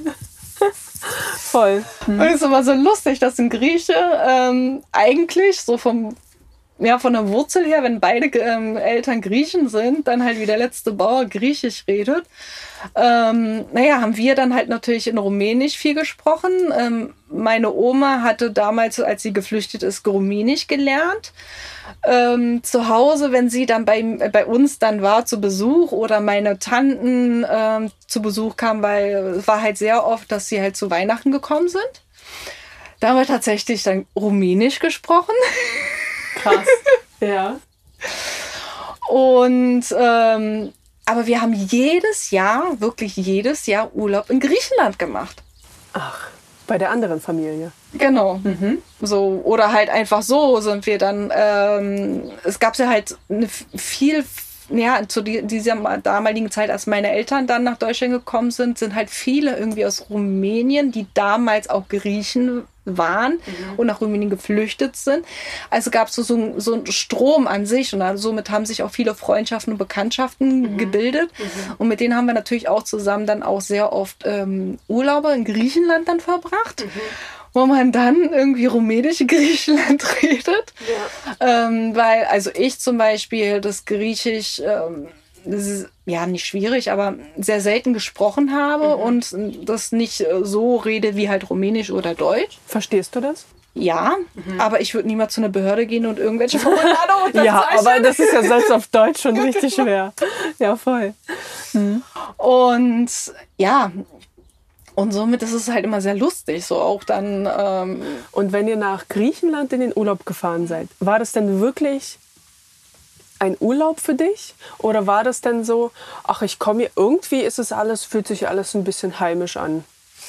Voll. Hm. Und es ist immer so lustig, dass ein Grieche ähm, eigentlich so vom ja, von der Wurzel her, wenn beide ähm, Eltern Griechen sind, dann halt wie der letzte Bauer Griechisch redet. Ähm, naja, haben wir dann halt natürlich in Rumänisch viel gesprochen. Ähm, meine Oma hatte damals, als sie geflüchtet ist, Rumänisch gelernt. Ähm, zu Hause, wenn sie dann bei, bei uns dann war zu Besuch oder meine Tanten ähm, zu Besuch kamen, weil es war halt sehr oft, dass sie halt zu Weihnachten gekommen sind. Da haben wir tatsächlich dann Rumänisch gesprochen. Krass. Ja. Und ähm, aber wir haben jedes Jahr, wirklich jedes Jahr Urlaub in Griechenland gemacht. Ach, bei der anderen Familie. Genau. Mhm. So, oder halt einfach so sind wir dann, ähm, es gab ja halt eine viel, ja, zu die, dieser damaligen Zeit, als meine Eltern dann nach Deutschland gekommen sind, sind halt viele irgendwie aus Rumänien, die damals auch Griechen waren mhm. und nach Rumänien geflüchtet sind. Also gab es so, so, so einen Strom an sich und dann, somit haben sich auch viele Freundschaften und Bekanntschaften mhm. gebildet. Mhm. Und mit denen haben wir natürlich auch zusammen dann auch sehr oft ähm, Urlaube in Griechenland dann verbracht. Mhm. Wo man dann irgendwie rumänisch Griechenland redet. Ja. Ähm, weil, also ich zum Beispiel das Griechisch, ähm, das ist, ja, nicht schwierig, aber sehr selten gesprochen habe mhm. und das nicht so rede wie halt Rumänisch oder Deutsch. Verstehst du das? Ja, mhm. aber ich würde niemals zu einer Behörde gehen und irgendwelche Formulare unterzeichnen. Ja, aber das ist ja selbst auf Deutsch schon richtig schwer. Ja, voll. Mhm. Und ja, und somit ist es halt immer sehr lustig, so auch dann. Ähm und wenn ihr nach Griechenland in den Urlaub gefahren seid, war das denn wirklich ein Urlaub für dich? Oder war das denn so, ach, ich komme hier, irgendwie ist es alles, fühlt sich alles ein bisschen heimisch an?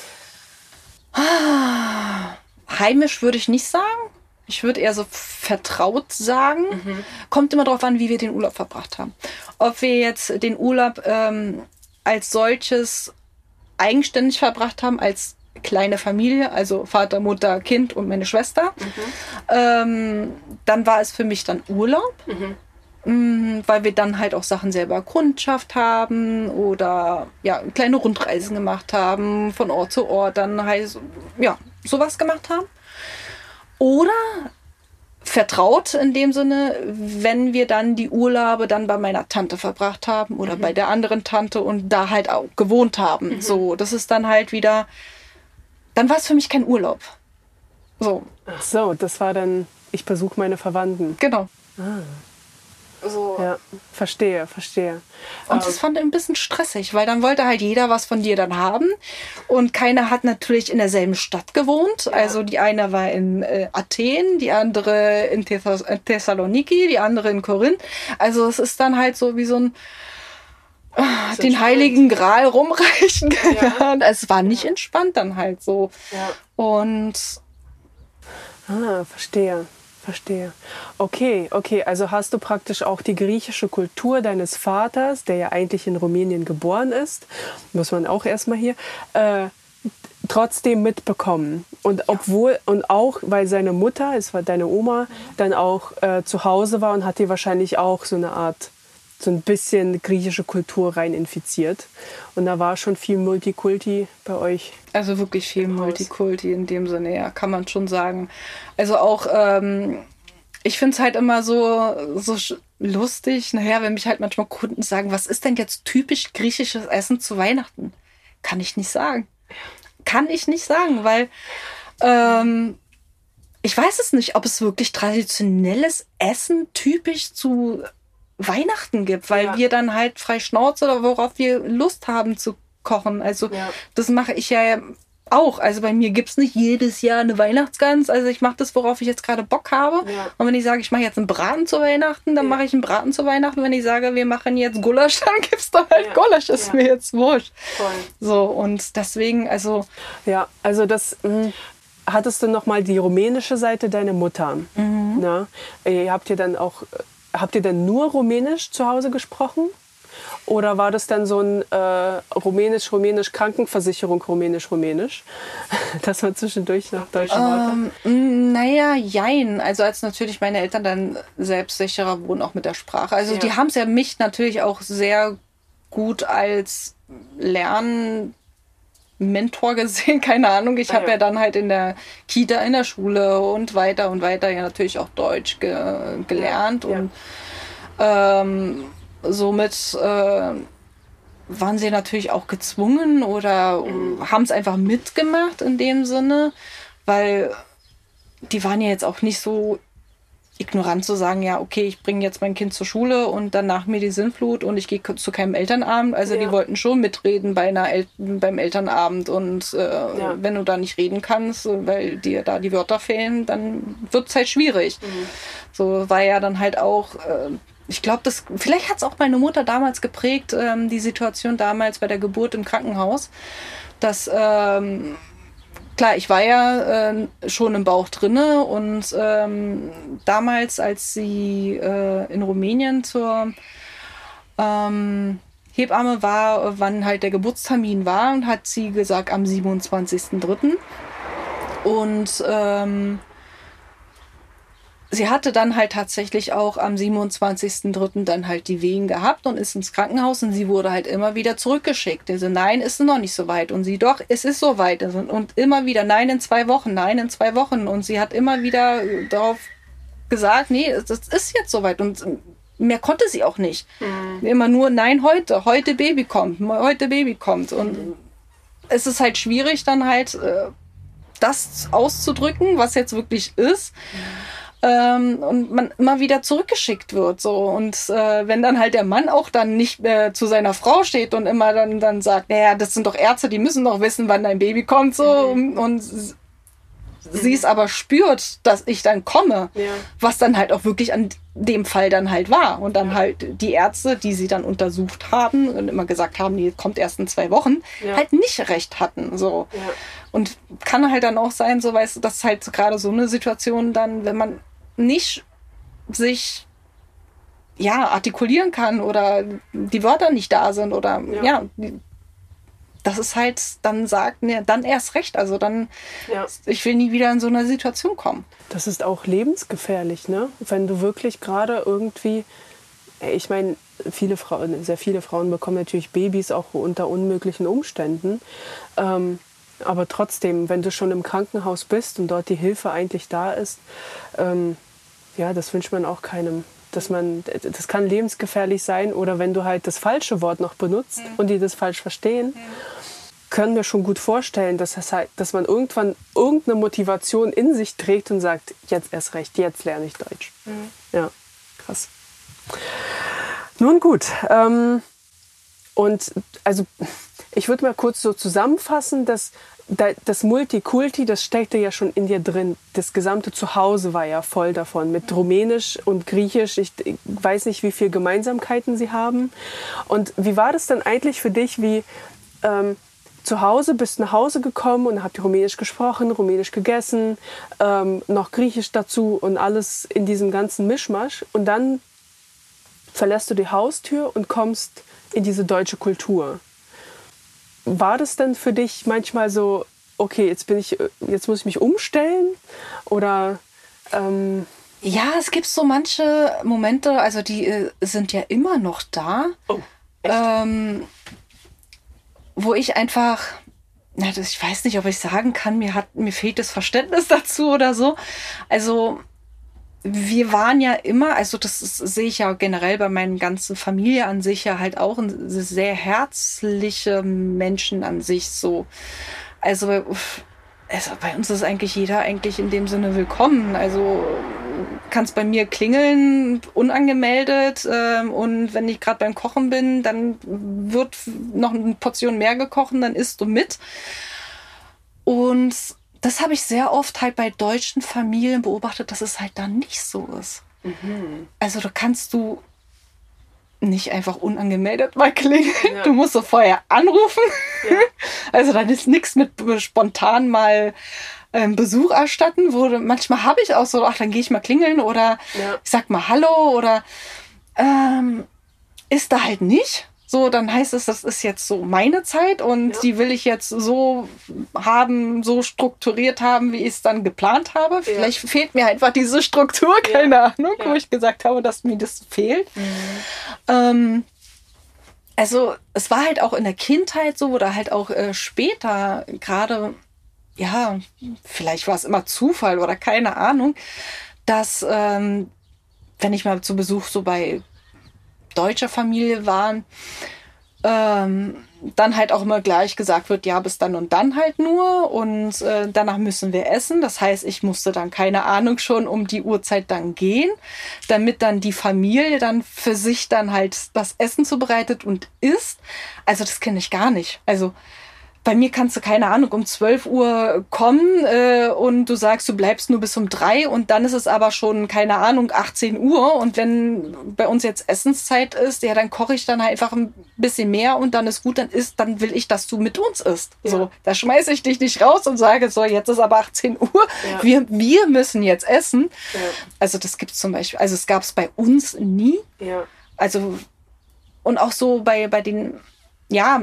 Heimisch würde ich nicht sagen. Ich würde eher so vertraut sagen. Mhm. Kommt immer darauf an, wie wir den Urlaub verbracht haben. Ob wir jetzt den Urlaub ähm, als solches eigenständig verbracht haben, als kleine Familie, also Vater, Mutter, Kind und meine Schwester. Mhm. Ähm, dann war es für mich dann Urlaub, mhm. weil wir dann halt auch Sachen selber erkundschaft haben oder ja, kleine Rundreisen gemacht haben, von Ort zu Ort, dann halt ja, sowas gemacht haben. Oder vertraut in dem Sinne, wenn wir dann die Urlaube dann bei meiner Tante verbracht haben oder mhm. bei der anderen Tante und da halt auch gewohnt haben. Mhm. So, das ist dann halt wieder, dann war es für mich kein Urlaub. So. Ach so, das war dann, ich besuche meine Verwandten. Genau. Ah. So. Ja, verstehe, verstehe. Und das fand ich ein bisschen stressig, weil dann wollte halt jeder was von dir dann haben. Und keiner hat natürlich in derselben Stadt gewohnt. Ja. Also die eine war in äh, Athen, die andere in Thess- Thessaloniki, die andere in Korinth. Also es ist dann halt so wie so ein äh, so den Heiligen Gral rumreichen. Ja. Es war nicht ja. entspannt dann halt so. Ja. Und ah, verstehe. Verstehe. Okay, okay. Also hast du praktisch auch die griechische Kultur deines Vaters, der ja eigentlich in Rumänien geboren ist, muss man auch erstmal hier, äh, trotzdem mitbekommen. Und ja. obwohl, und auch, weil seine Mutter, es war deine Oma, dann auch äh, zu Hause war und hat dir wahrscheinlich auch so eine Art, so ein bisschen griechische Kultur rein infiziert. Und da war schon viel Multikulti bei euch. Also wirklich viel Multikulti in dem Sinne, ja, kann man schon sagen. Also auch, ähm, ich finde es halt immer so, so lustig, naja, wenn mich halt manchmal Kunden sagen, was ist denn jetzt typisch griechisches Essen zu Weihnachten? Kann ich nicht sagen. Kann ich nicht sagen, weil ähm, ich weiß es nicht, ob es wirklich traditionelles Essen typisch zu Weihnachten gibt, weil ja. wir dann halt frei Schnauze oder worauf wir Lust haben zu kochen. Also ja. das mache ich ja auch. Also bei mir gibt es nicht jedes Jahr eine Weihnachtsgans. Also ich mache das, worauf ich jetzt gerade Bock habe. Ja. Und wenn ich sage, ich mache jetzt einen Braten zu Weihnachten, dann ja. mache ich einen Braten zu Weihnachten. Wenn ich sage, wir machen jetzt Gulasch, dann gibt es da halt ja. Gulasch. Ist ja. mir jetzt wurscht. Voll. So, und deswegen, also... Ja, also das... Mh. Hattest du noch mal die rumänische Seite deiner Mutter? Mhm. Na? Ihr habt ihr dann auch... Habt ihr denn nur Rumänisch zu Hause gesprochen? Oder war das dann so ein äh, Rumänisch, Rumänisch, Krankenversicherung, Rumänisch, Rumänisch? Dass man zwischendurch noch deutsche Worte? Ähm, naja, jein. Also als natürlich meine Eltern dann selbstsicherer wurden, auch mit der Sprache. Also ja. die haben es ja mich natürlich auch sehr gut als Lernmentor gesehen, keine Ahnung. Ich ah, habe ja. ja dann halt in der Kita, in der Schule und weiter und weiter ja natürlich auch Deutsch ge- gelernt. Ja. Und ähm, somit äh, waren sie natürlich auch gezwungen oder mhm. haben es einfach mitgemacht in dem Sinne, weil die waren ja jetzt auch nicht so ignorant zu sagen, ja, okay, ich bringe jetzt mein Kind zur Schule und danach mir die Sinnflut und ich gehe zu keinem Elternabend. Also ja. die wollten schon mitreden bei einer El- beim Elternabend und äh, ja. wenn du da nicht reden kannst, weil dir da die Wörter fehlen, dann wird es halt schwierig. Mhm. So war ja dann halt auch, äh, ich glaube, das vielleicht hat es auch meine Mutter damals geprägt, ähm, die Situation damals bei der Geburt im Krankenhaus, dass ähm, klar, ich war ja äh, schon im Bauch drinne und ähm, damals, als sie äh, in Rumänien zur ähm, Hebamme war, wann halt der Geburtstermin war, und hat sie gesagt am siebenundzwanzigsten dritten Und ähm, sie hatte dann halt tatsächlich auch am siebenundzwanzigsten dritten dann halt die Wehen gehabt und ist ins Krankenhaus und sie wurde halt immer wieder zurückgeschickt. Also nein, ist noch nicht so weit. Und sie, doch, es ist so weit. Und immer wieder, nein, in zwei Wochen, nein, in zwei Wochen. Und sie hat immer wieder darauf gesagt, nee, das ist jetzt so weit. Und mehr konnte sie auch nicht. Mhm. Immer nur, nein, heute, heute Baby kommt, heute Baby kommt. Und mhm. es ist halt schwierig, dann halt äh, das auszudrücken, was jetzt wirklich ist. Mhm. Ähm, und man immer wieder zurückgeschickt wird. So. Und äh, wenn dann halt der Mann auch dann nicht äh, zu seiner Frau steht und immer dann, dann sagt, naja, das sind doch Ärzte, die müssen doch wissen, wann dein Baby kommt. So. Mhm. Und s- sie es aber spürt, dass ich dann komme, ja. was dann halt auch wirklich an dem Fall dann halt war. Und dann ja. halt die Ärzte, die sie dann untersucht haben und immer gesagt haben, die kommt erst in zwei Wochen, ja. halt nicht recht hatten. So. Ja. Und kann halt dann auch sein, so weißt du, dass halt gerade so eine Situation dann, wenn man nicht sich ja artikulieren kann oder die Wörter nicht da sind oder ja, ja dass das ist halt, dann sagt, ne, dann erst recht. Also dann, ja. ich will nie wieder in so eine Situation kommen. Das ist auch lebensgefährlich, ne? Wenn du wirklich gerade irgendwie, ich meine, viele Frauen, sehr viele Frauen bekommen natürlich Babys auch unter unmöglichen Umständen. Ähm, aber trotzdem, wenn du schon im Krankenhaus bist und dort die Hilfe eigentlich da ist, ähm, ja, das wünscht man auch keinem. Dass man, das kann lebensgefährlich sein, oder wenn du halt das falsche Wort noch benutzt mhm. und die das falsch verstehen, mhm. können wir schon gut vorstellen, dass, das halt, dass man irgendwann irgendeine Motivation in sich trägt und sagt, jetzt erst recht, jetzt lerne ich Deutsch. Mhm. Ja, krass. Nun gut, ähm, und also ich würde mal kurz so zusammenfassen, dass das Multikulti, das steckte ja schon in dir drin. Das gesamte Zuhause war ja voll davon, mit Rumänisch und Griechisch. Ich weiß nicht, wie viele Gemeinsamkeiten sie haben. Und wie war das dann eigentlich für dich, wie ähm, zu Hause, bist nach Hause gekommen und habt Rumänisch gesprochen, Rumänisch gegessen, ähm, noch Griechisch dazu und alles in diesem ganzen Mischmasch. Und dann verlässt du die Haustür und kommst in diese deutsche Kultur. War das denn für dich manchmal so, okay, jetzt bin ich, jetzt muss ich mich umstellen? Oder ähm ja, es gibt so manche Momente, also die äh, sind ja immer noch da, oh, ähm, wo ich einfach, na, das, ich weiß nicht, ob ich sagen kann, mir hat, mir fehlt das Verständnis dazu oder so. Also wir waren ja immer, also das ist, sehe ich ja generell bei meiner ganzen Familie an sich ja halt auch sehr herzliche Menschen an sich so. Also, also bei uns ist eigentlich jeder eigentlich in dem Sinne willkommen. Also kannst bei mir klingeln, unangemeldet, ähm, und wenn ich gerade beim Kochen bin, dann wird noch eine Portion mehr gekocht, dann isst du mit. Und das habe ich sehr oft halt bei deutschen Familien beobachtet, dass es halt da nicht so ist. Mhm. Also da kannst du nicht einfach unangemeldet mal klingeln. Ja. Du musst so vorher anrufen. Ja. Also dann ist nichts mit spontan mal ähm, Besuch erstatten. Wo manchmal habe ich auch so, ach, dann gehe ich mal klingeln oder ja. ich sag mal Hallo oder ähm, ist da halt nicht. So, dann heißt es, das ist jetzt so meine Zeit und ja. die will ich jetzt so haben, so strukturiert haben, wie ich es dann geplant habe. Ja. Vielleicht fehlt mir einfach diese Struktur, keine ja. Ahnung, ja. wo ich gesagt habe, dass mir das fehlt. Mhm. Ähm, also es war halt auch in der Kindheit so oder halt auch äh, später gerade, ja, vielleicht war es immer Zufall oder keine Ahnung, dass ähm, wenn ich mal zu Besuch so bei deutscher Familie waren, ähm, dann halt auch immer gleich gesagt wird, ja, bis dann und dann halt nur und äh, danach müssen wir essen. Das heißt, ich musste dann, keine Ahnung, schon um die Uhrzeit dann gehen, damit dann die Familie dann für sich dann halt das Essen zubereitet und isst. Also das kenne ich gar nicht. Also bei mir kannst du, keine Ahnung, um zwölf Uhr kommen äh, und du sagst, du bleibst nur bis um drei und dann ist es aber schon, keine Ahnung, achtzehn Uhr und wenn bei uns jetzt Essenszeit ist, ja, dann koche ich dann halt einfach ein bisschen mehr und dann ist gut, dann isst, dann will ich, dass du mit uns isst. Ja. So, da schmeiße ich dich nicht raus und sage, so, jetzt ist aber achtzehn Uhr, ja. wir, wir müssen jetzt essen. Ja. Also das gibt es zum Beispiel, also es gab es bei uns nie. Ja. Also und auch so bei, bei den, ja,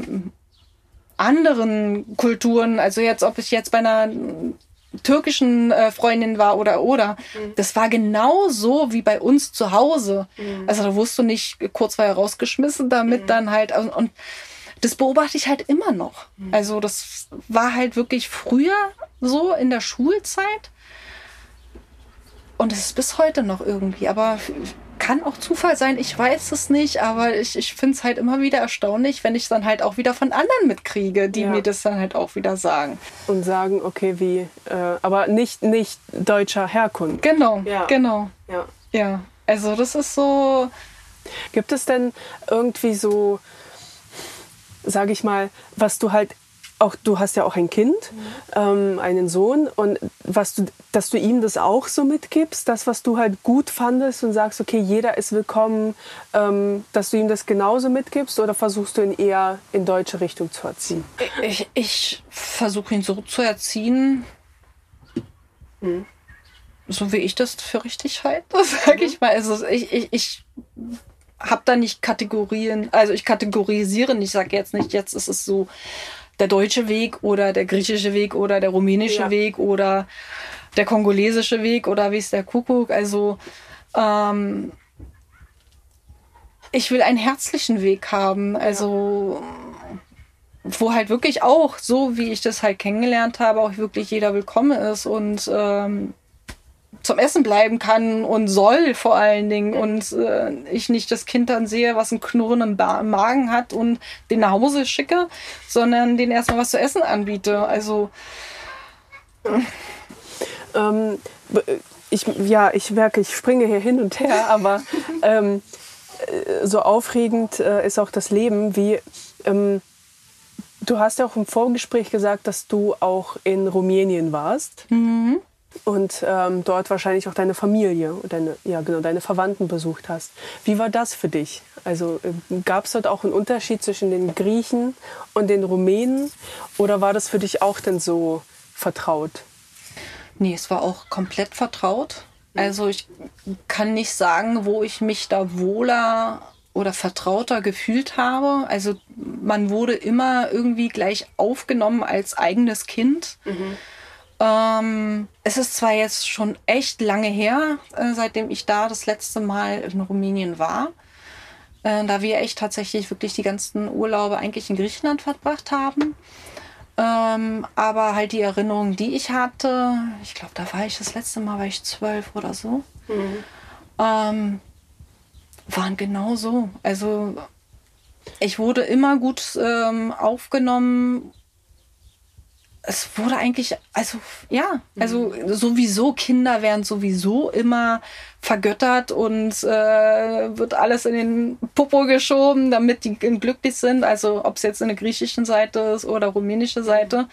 anderen Kulturen, also jetzt, ob ich jetzt bei einer türkischen äh, Freundin war oder oder, mhm. das war genau so wie bei uns zu Hause. Mhm. Also da wurdest du nicht kurz vorher rausgeschmissen, damit mhm. dann halt, und, und das beobachte ich halt immer noch. Mhm. Also das war halt wirklich früher so in der Schulzeit und es ist bis heute noch irgendwie, aber kann auch Zufall sein, ich weiß es nicht, aber ich, ich finde es halt immer wieder erstaunlich, wenn ich es dann halt auch wieder von anderen mitkriege, die ja. mir das dann halt auch wieder sagen. Und sagen, okay, wie, äh, aber nicht, nicht deutscher Herkunft. Genau, ja. genau. Ja. ja, also das ist so. Gibt es denn irgendwie so, sage ich mal, was du halt auch, du hast ja auch ein Kind, mhm. ähm, einen Sohn, und was du, dass du ihm das auch so mitgibst, das, was du halt gut fandest und sagst, okay, jeder ist willkommen, ähm, dass du ihm das genauso mitgibst, oder versuchst du ihn eher in deutsche Richtung zu erziehen? Ich, ich versuche ihn so zu erziehen, mhm. so wie ich das für richtig halte, sage mhm. ich mal. Also ich, ich, ich habe da nicht Kategorien, also ich kategorisiere nicht, ich sage jetzt nicht, jetzt ist es so, der deutsche Weg oder der griechische Weg oder der rumänische ja. Weg oder der kongolesische Weg oder wie ist der Kuckuck. Also ähm, ich will einen herzlichen Weg haben. Also ja. wo halt wirklich auch, so wie ich das halt kennengelernt habe, auch wirklich jeder willkommen ist und ähm, zum Essen bleiben kann und soll vor allen Dingen und äh, ich nicht das Kind dann sehe, was einen Knurren im, ba- im Magen hat und den nach Hause schicke, sondern den erstmal was zu essen anbiete. Also ähm, ich, ja, ich merke, ich springe hier hin und her, aber ähm, so aufregend äh, ist auch das Leben, wie ähm, du hast ja auch im Vorgespräch gesagt, dass du auch in Rumänien warst. Mhm. Und ähm, dort wahrscheinlich auch deine Familie, deine, ja genau, deine Verwandten besucht hast. Wie war das für dich? Also äh, gab es dort auch einen Unterschied zwischen den Griechen und den Rumänen? Oder war das für dich auch denn so vertraut? Nee, es war auch komplett vertraut. Also ich kann nicht sagen, wo ich mich da wohler oder vertrauter gefühlt habe. Also man wurde immer irgendwie gleich aufgenommen als eigenes Kind. Mhm. Ähm, es ist zwar jetzt schon echt lange her, äh, seitdem ich da das letzte Mal in Rumänien war, äh, da wir echt tatsächlich wirklich die ganzen Urlaube eigentlich in Griechenland verbracht haben. Ähm, aber halt die Erinnerungen, die ich hatte, ich glaube, da war ich das letzte Mal, war ich zwölf oder so, mhm. ähm, waren genau so. Also ich wurde immer gut ähm, aufgenommen. Es wurde eigentlich, also ja, also sowieso, Kinder werden sowieso immer vergöttert und äh, wird alles in den Popo geschoben, damit die glücklich sind. Also ob es jetzt in der griechischen Seite ist oder rumänische Seite,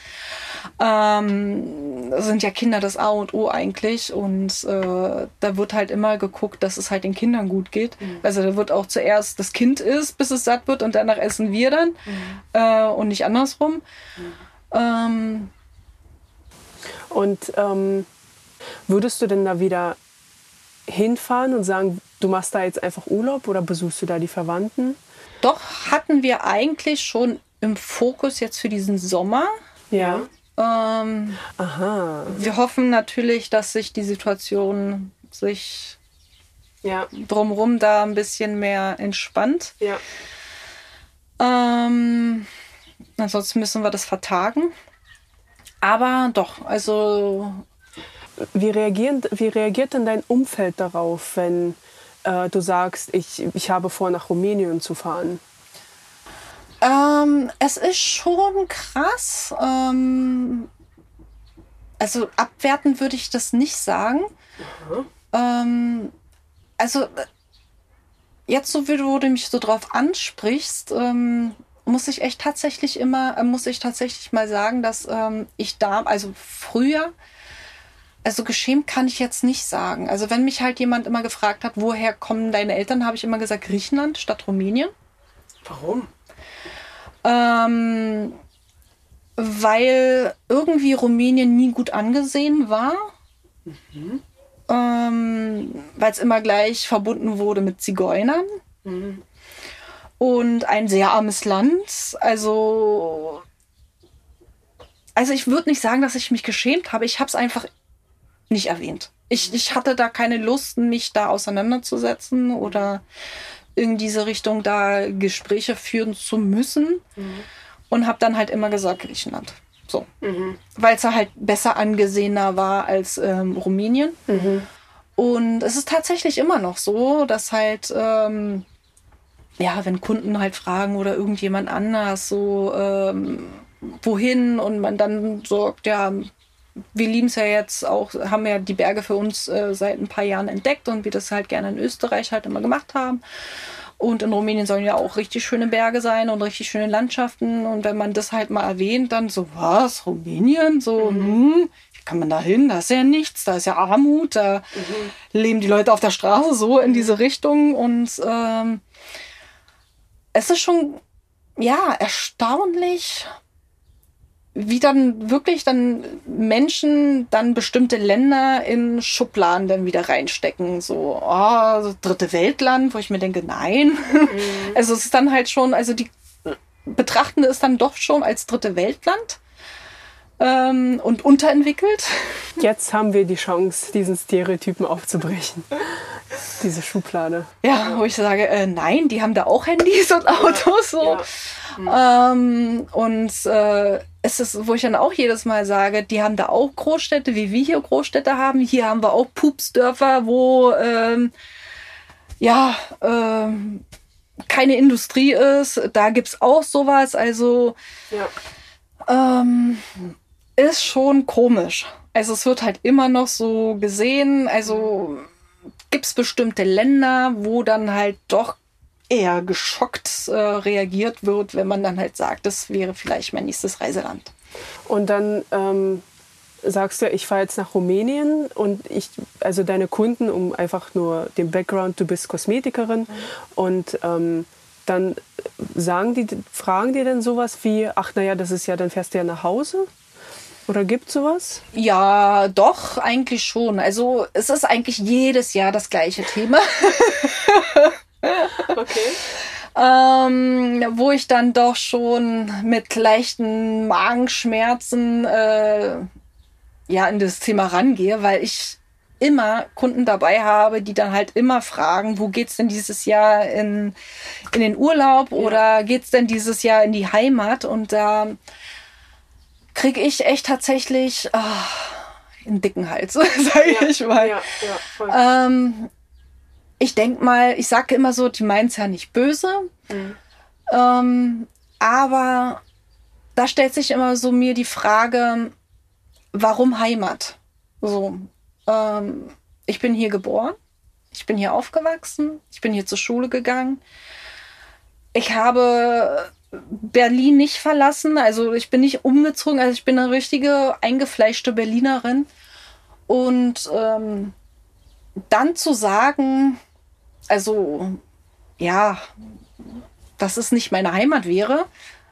ähm, sind ja Kinder das A und O eigentlich. Und äh, da wird halt immer geguckt, dass es halt den Kindern gut geht. Mhm. Also da wird auch zuerst das Kind isst, bis es satt wird und danach essen wir dann mhm. äh, und nicht andersrum. Mhm. Ähm, und ähm, würdest du denn da wieder hinfahren und sagen, du machst da jetzt einfach Urlaub oder besuchst du da die Verwandten? Doch, hatten wir eigentlich schon im Fokus jetzt für diesen Sommer. Ja. Ähm, Aha. Wir hoffen natürlich, dass sich die Situation sich ja. drumherum da ein bisschen mehr entspannt. Ja. Ähm, ansonsten müssen wir das vertagen. Aber doch, also... Wie, reagieren, wie reagiert denn dein Umfeld darauf, wenn äh, du sagst, ich, ich habe vor, nach Rumänien zu fahren? Ähm, es ist schon krass. Ähm, also abwertend würde ich das nicht sagen. Mhm. Ähm, also jetzt, so wie du mich so drauf ansprichst... Ähm, muss ich echt tatsächlich immer, muss ich tatsächlich mal sagen, dass ähm, ich da, also früher, also geschämt kann ich jetzt nicht sagen. Also wenn mich halt jemand immer gefragt hat, woher kommen deine Eltern, habe ich immer gesagt Griechenland statt Rumänien. Warum? Ähm, weil irgendwie Rumänien nie gut angesehen war. Mhm. Ähm, weil es immer gleich verbunden wurde mit Zigeunern. Mhm. Und ein sehr armes Land. Also, also ich würde nicht sagen, dass ich mich geschämt habe. Ich habe es einfach nicht erwähnt. Ich, ich hatte da keine Lust, mich da auseinanderzusetzen oder in diese Richtung da Gespräche führen zu müssen. Mhm. Und habe dann halt immer gesagt Griechenland. So. Mhm. Weil es halt besser angesehener war als ähm, Rumänien. Mhm. Und es ist tatsächlich immer noch so, dass halt... Ähm, ja, wenn Kunden halt fragen oder irgendjemand anders so, ähm, wohin und man dann sagt, ja, wir lieben es ja jetzt auch, haben ja die Berge für uns äh, seit ein paar Jahren entdeckt und wir das halt gerne in Österreich halt immer gemacht haben. Und in Rumänien sollen ja auch richtig schöne Berge sein und richtig schöne Landschaften. Und wenn man das halt mal erwähnt, dann so, was, Rumänien? So, mhm. hm, wie kann man da hin? Da ist ja nichts, da ist ja Armut, da mhm. leben die Leute auf der Straße so in diese Richtung und ähm, es ist schon, ja, erstaunlich, wie dann wirklich dann Menschen dann bestimmte Länder in Schubladen dann wieder reinstecken. So, oh, so dritte Weltland, wo ich mir denke, nein. Mhm. Also es ist dann halt schon, also die betrachten es dann doch schon als dritte Weltland ähm, und unterentwickelt. Jetzt haben wir die Chance, diesen Stereotypen aufzubrechen. Diese Schublade. Ja, wo ich sage, äh, nein, die haben da auch Handys und Autos. So. Ja. Ja. Ähm, und äh, es ist, wo ich dann auch jedes Mal sage, die haben da auch Großstädte, wie wir hier Großstädte haben. Hier haben wir auch Pupsdörfer, wo ähm, ja ähm, keine Industrie ist. Da gibt es auch sowas. Also ja. ähm, ist schon komisch. Also es wird halt immer noch so gesehen. Also gibt es bestimmte Länder, wo dann halt doch eher geschockt äh, reagiert wird, wenn man dann halt sagt, das wäre vielleicht mein nächstes Reiseland. Und dann ähm, sagst du, ich fahre jetzt nach Rumänien und ich, also deine Kunden, um einfach nur den Background, du bist Kosmetikerin mhm. und ähm, dann sagen die, fragen die dann sowas wie, ach naja, das ist ja, dann fährst du ja nach Hause? Oder gibt es sowas? Ja, doch, eigentlich schon. Also es ist eigentlich jedes Jahr das gleiche Thema. Okay. ähm, wo ich dann doch schon mit leichten Magenschmerzen äh, ja, in das Thema rangehe, weil ich immer Kunden dabei habe, die dann halt immer fragen, wo geht's denn dieses Jahr in, in den Urlaub ja. oder geht's denn dieses Jahr in die Heimat? Und da äh, kriege ich echt tatsächlich oh, einen dicken Hals, sage ja, ich mal. Ja, ja, voll. Ähm, ich denke mal, ich sage immer so, die meinen es ja nicht böse, mhm. ähm, aber da stellt sich immer so mir die Frage, warum Heimat? So, ähm, ich bin hier geboren, ich bin hier aufgewachsen, ich bin hier zur Schule gegangen. Ich habe Berlin nicht verlassen, also ich bin nicht umgezogen, also ich bin eine richtige eingefleischte Berlinerin. Und ähm, dann zu sagen, also ja, dass es nicht meine Heimat wäre,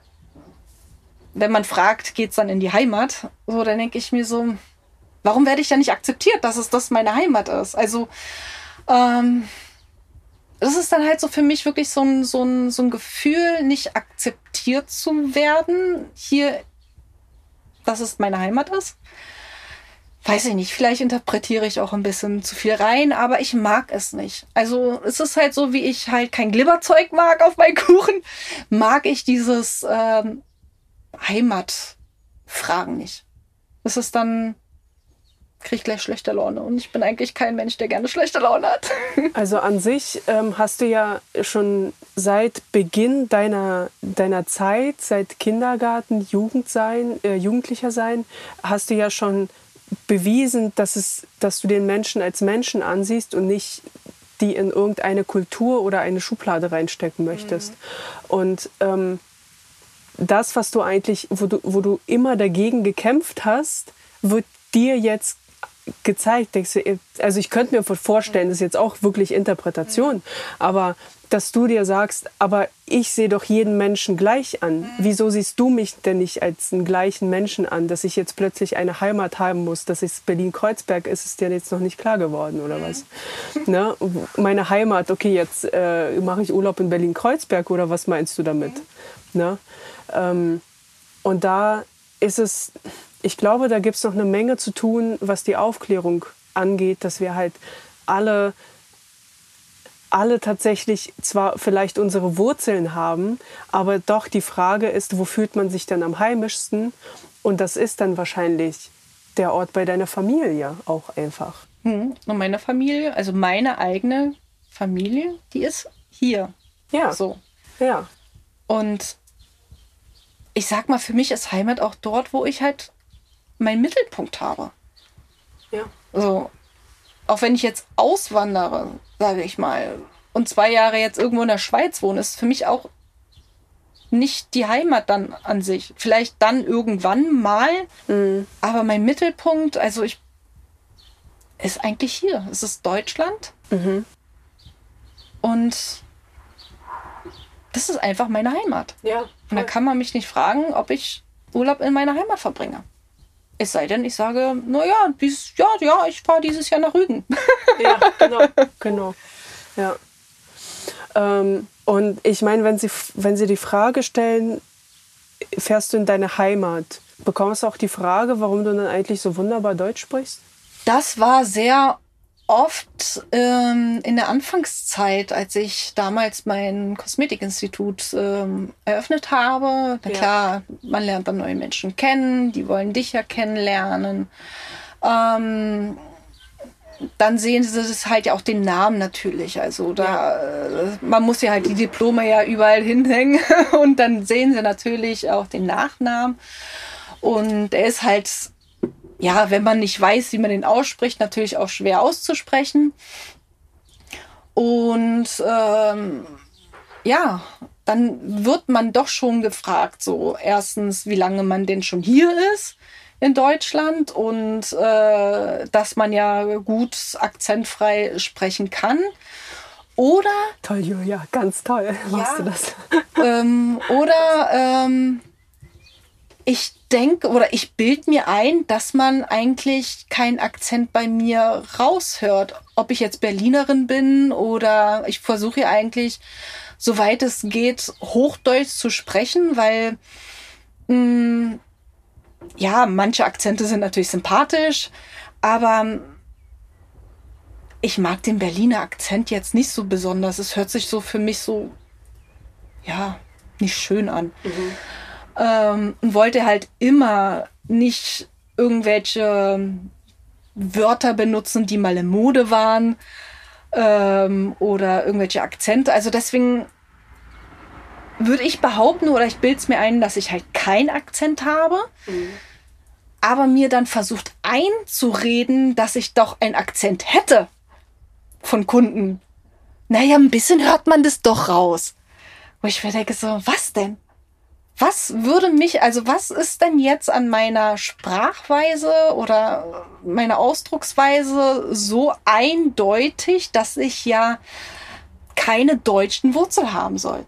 wenn man fragt, geht's dann in die Heimat, so, dann denke ich mir so, warum werde ich dann nicht akzeptiert, dass es das meine Heimat ist? Also ähm, das ist dann halt so für mich wirklich so ein, so ein, so ein Gefühl, nicht akzeptiert zu werden, hier, dass es meine Heimat ist. Weiß ich nicht, vielleicht interpretiere ich auch ein bisschen zu viel rein, aber ich mag es nicht. Also es ist halt so, wie ich halt kein Glibberzeug mag auf meinen Kuchen, mag ich dieses ähm, Heimatfragen nicht. Es ist dann, kriege ich gleich schlechte Laune und ich bin eigentlich kein Mensch, der gerne schlechte Laune hat. Also an sich ähm, hast du ja schon seit Beginn deiner, deiner Zeit, seit Kindergarten, Jugendsein, äh, Jugendlicher sein, hast du ja schon bewiesen, dass, es, dass du den Menschen als Menschen ansiehst und nicht die in irgendeine Kultur oder eine Schublade reinstecken möchtest. Mhm. Und ähm, das, was du eigentlich, wo du, wo du immer dagegen gekämpft hast, wird dir jetzt gezeigt. Also ich könnte mir vorstellen, das ist jetzt auch wirklich Interpretation, mhm. aber dass du dir sagst, aber ich sehe doch jeden Menschen gleich an. Wieso siehst du mich denn nicht als einen gleichen Menschen an, dass ich jetzt plötzlich eine Heimat haben muss, dass es Berlin-Kreuzberg ist, ist dir jetzt noch nicht klar geworden oder was? Ne? Meine Heimat, okay, jetzt äh, mache ich Urlaub in Berlin-Kreuzberg oder was meinst du damit? Ne? Ähm, und da ist es, ich glaube, da gibt es noch eine Menge zu tun, was die Aufklärung angeht, dass wir halt alle alle tatsächlich zwar vielleicht unsere Wurzeln haben, aber doch die Frage ist, wo fühlt man sich denn am heimischsten? Und das ist dann wahrscheinlich der Ort bei deiner Familie auch einfach. Hm. Und meine Familie, also meine eigene Familie, die ist hier. Ja. So. Ja. Und ich sag mal, für mich ist Heimat auch dort, wo ich halt meinen Mittelpunkt habe. Ja. So. Auch wenn ich jetzt auswandere, sage ich mal, und zwei Jahre jetzt irgendwo in der Schweiz wohne, ist für mich auch nicht die Heimat dann an sich. Vielleicht dann irgendwann mal, mhm. aber mein Mittelpunkt, also ich, ist eigentlich hier. Es ist Deutschland. Mhm. Und das ist einfach meine Heimat. Ja. Und da kann man mich nicht fragen, ob ich Urlaub in meiner Heimat verbringe. Es sei denn, ich sage, naja, dieses, ja, ja, ich fahre dieses Jahr nach Rügen. Ja, genau, genau. Ja. Ähm, und ich meine, wenn sie, wenn sie die Frage stellen, fährst du in deine Heimat, bekommst du auch die Frage, warum du dann eigentlich so wunderbar Deutsch sprichst? Das war sehr oft ähm, in der Anfangszeit, als ich damals mein Kosmetikinstitut ähm, eröffnet habe. Na klar, man lernt dann neue Menschen kennen, die wollen dich ja kennenlernen. Ähm, dann sehen sie das halt ja auch den Namen natürlich. Also da, ja. man muss ja halt die Diplome ja überall hinhängen und dann sehen sie natürlich auch den Nachnamen. Und er ist halt, ja, wenn man nicht weiß, wie man den ausspricht, natürlich auch schwer auszusprechen. Und ähm, ja, dann wird man doch schon gefragt, so erstens, wie lange man denn schon hier ist in Deutschland und äh, dass man ja gut akzentfrei sprechen kann. Oder... Toll, Julia, ganz toll machst ja, du das. Ähm, oder ähm, ich denke oder ich bilde mir ein, dass man eigentlich keinen Akzent bei mir raushört. Ob ich jetzt Berlinerin bin oder ich versuche ja eigentlich, soweit es geht, Hochdeutsch zu sprechen, weil mh, ja, manche Akzente sind natürlich sympathisch, aber ich mag den Berliner Akzent jetzt nicht so besonders. Es hört sich so für mich so, ja, nicht schön an. Mhm. Ähm, und wollte halt immer nicht irgendwelche Wörter benutzen, die mal in Mode waren ähm, oder irgendwelche Akzente. Also deswegen würde ich behaupten oder ich bilde es mir ein, dass ich halt keinen Akzent habe, mhm. aber mir dann versucht einzureden, dass ich doch einen Akzent hätte von Kunden. Naja, ein bisschen hört man das doch raus. Wo ich mir denke so, was denn? Was würde mich, also was ist denn jetzt an meiner Sprachweise oder meiner Ausdrucksweise so eindeutig, dass ich ja keine deutschen Wurzeln haben soll?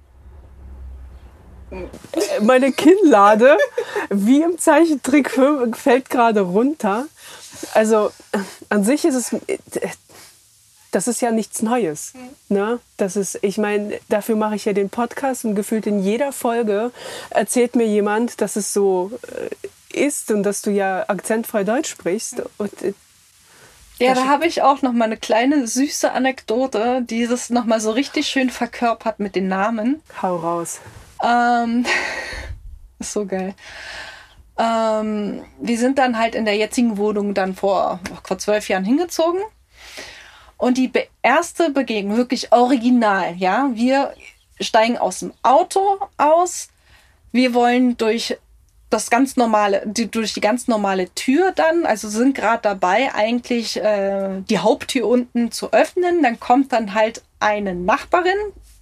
Meine Kinnlade, wie im Zeichentrickfilm, fällt gerade runter. Also an sich ist es, das ist ja nichts Neues. Ne? Das ist, ich meine, dafür mache ich ja den Podcast und gefühlt in jeder Folge erzählt mir jemand, dass es so ist und dass du ja akzentfrei Deutsch sprichst. Und, ja, da habe ich auch noch mal eine kleine süße Anekdote, die das noch mal so richtig schön verkörpert mit den Namen. Hau raus. Ähm, ist so geil. Ähm, wir sind dann halt in der jetzigen Wohnung dann vor, vor zwölf Jahren hingezogen. Und die be- erste Begegnung, wirklich original, ja, wir steigen aus dem Auto aus, wir wollen durch das ganz normale, die, durch die ganz normale Tür dann, also sind gerade dabei, eigentlich äh, die Haupttür unten zu öffnen, dann kommt dann halt eine Nachbarin.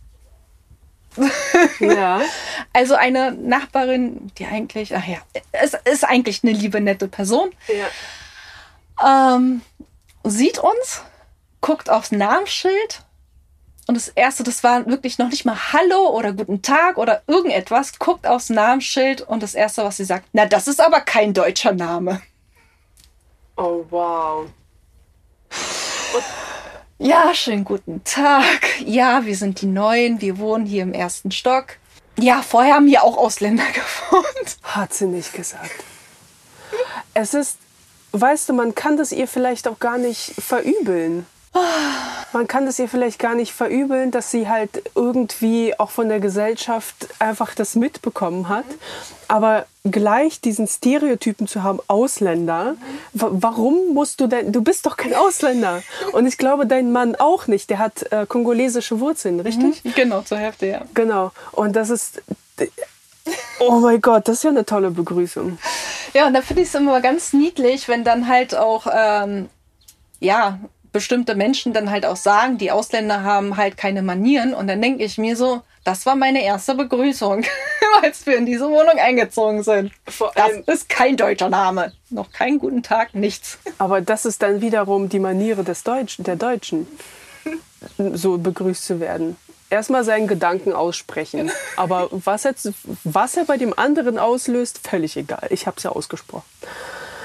Ja. Also eine Nachbarin, die eigentlich, ach ja, es ist eigentlich eine liebe, nette Person. Ja. Ähm, sieht uns, guckt aufs Namensschild und das erste, das war wirklich noch nicht mal Hallo oder Guten Tag oder irgendetwas, guckt aufs Namensschild und das erste, was sie sagt, na, das ist aber kein deutscher Name. Oh, wow. Und ja, schönen guten Tag. Ja, wir sind die Neuen, wir wohnen hier im ersten Stock. Ja, vorher haben hier auch Ausländer gewohnt. Hat sie nicht gesagt. Es ist, weißt du, man kann das ihr vielleicht auch gar nicht verübeln. Man kann das ihr vielleicht gar nicht verübeln, dass sie halt irgendwie auch von der Gesellschaft einfach das mitbekommen hat. Aber gleich diesen Stereotypen zu haben, Ausländer, w- warum musst du denn, du bist doch kein Ausländer. Und ich glaube, dein Mann auch nicht, der hat äh, kongolesische Wurzeln, richtig? Mhm, genau, zur Hälfte, ja. Genau, und das ist, oh mein Gott, das ist ja eine tolle Begrüßung. Ja, und da finde ich es immer ganz niedlich, wenn dann halt auch, ähm, ja, bestimmte Menschen dann halt auch sagen, die Ausländer haben halt keine Manieren. Und dann denke ich mir so, das war meine erste Begrüßung, als wir in diese Wohnung eingezogen sind. Vor Das allem, ist kein deutscher Name. Noch keinen guten Tag, nichts. aber das ist dann wiederum die Maniere des Deutschen, der Deutschen, so begrüßt zu werden. Erstmal seinen Gedanken aussprechen. Aber was, jetzt, was er bei dem anderen auslöst, völlig egal. Ich habe es ja ausgesprochen.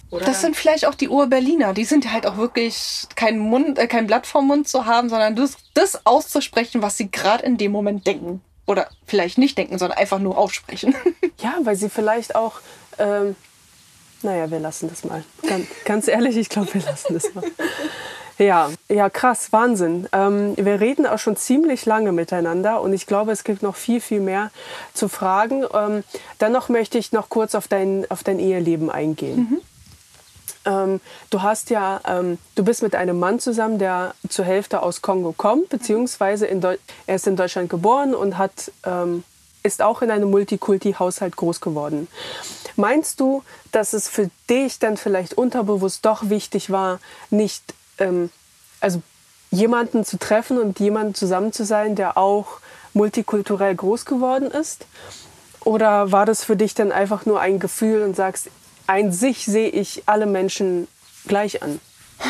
Oder? Das sind vielleicht auch die Ur-Berliner. Die sind halt auch wirklich kein Mund, äh, kein Blatt vom Mund zu haben, sondern das, das auszusprechen, was sie gerade in dem Moment denken. Oder vielleicht nicht denken, sondern einfach nur aussprechen. Ja, weil sie vielleicht auch, ähm, naja, wir lassen das mal. Ganz, ganz ehrlich, ich glaube, wir lassen das mal. Ja, ja, krass, Wahnsinn. Ähm, wir reden auch schon ziemlich lange miteinander und ich glaube, es gibt noch viel, viel mehr zu fragen. Ähm, dennoch möchte ich noch kurz auf dein, auf dein Eheleben eingehen. Mhm. Ähm, du hast ja, ähm, du bist mit einem Mann zusammen, der zur Hälfte aus Kongo kommt, beziehungsweise in Deu- er ist in Deutschland geboren und hat, ähm, ist auch in einem Multikulti-Haushalt groß geworden. Meinst du, dass es für dich dann vielleicht unterbewusst doch wichtig war, nicht, ähm, also jemanden zu treffen und jemanden zusammen zu sein, der auch multikulturell groß geworden ist? Oder war das für dich dann einfach nur ein Gefühl und sagst, an sich sehe ich alle Menschen gleich an?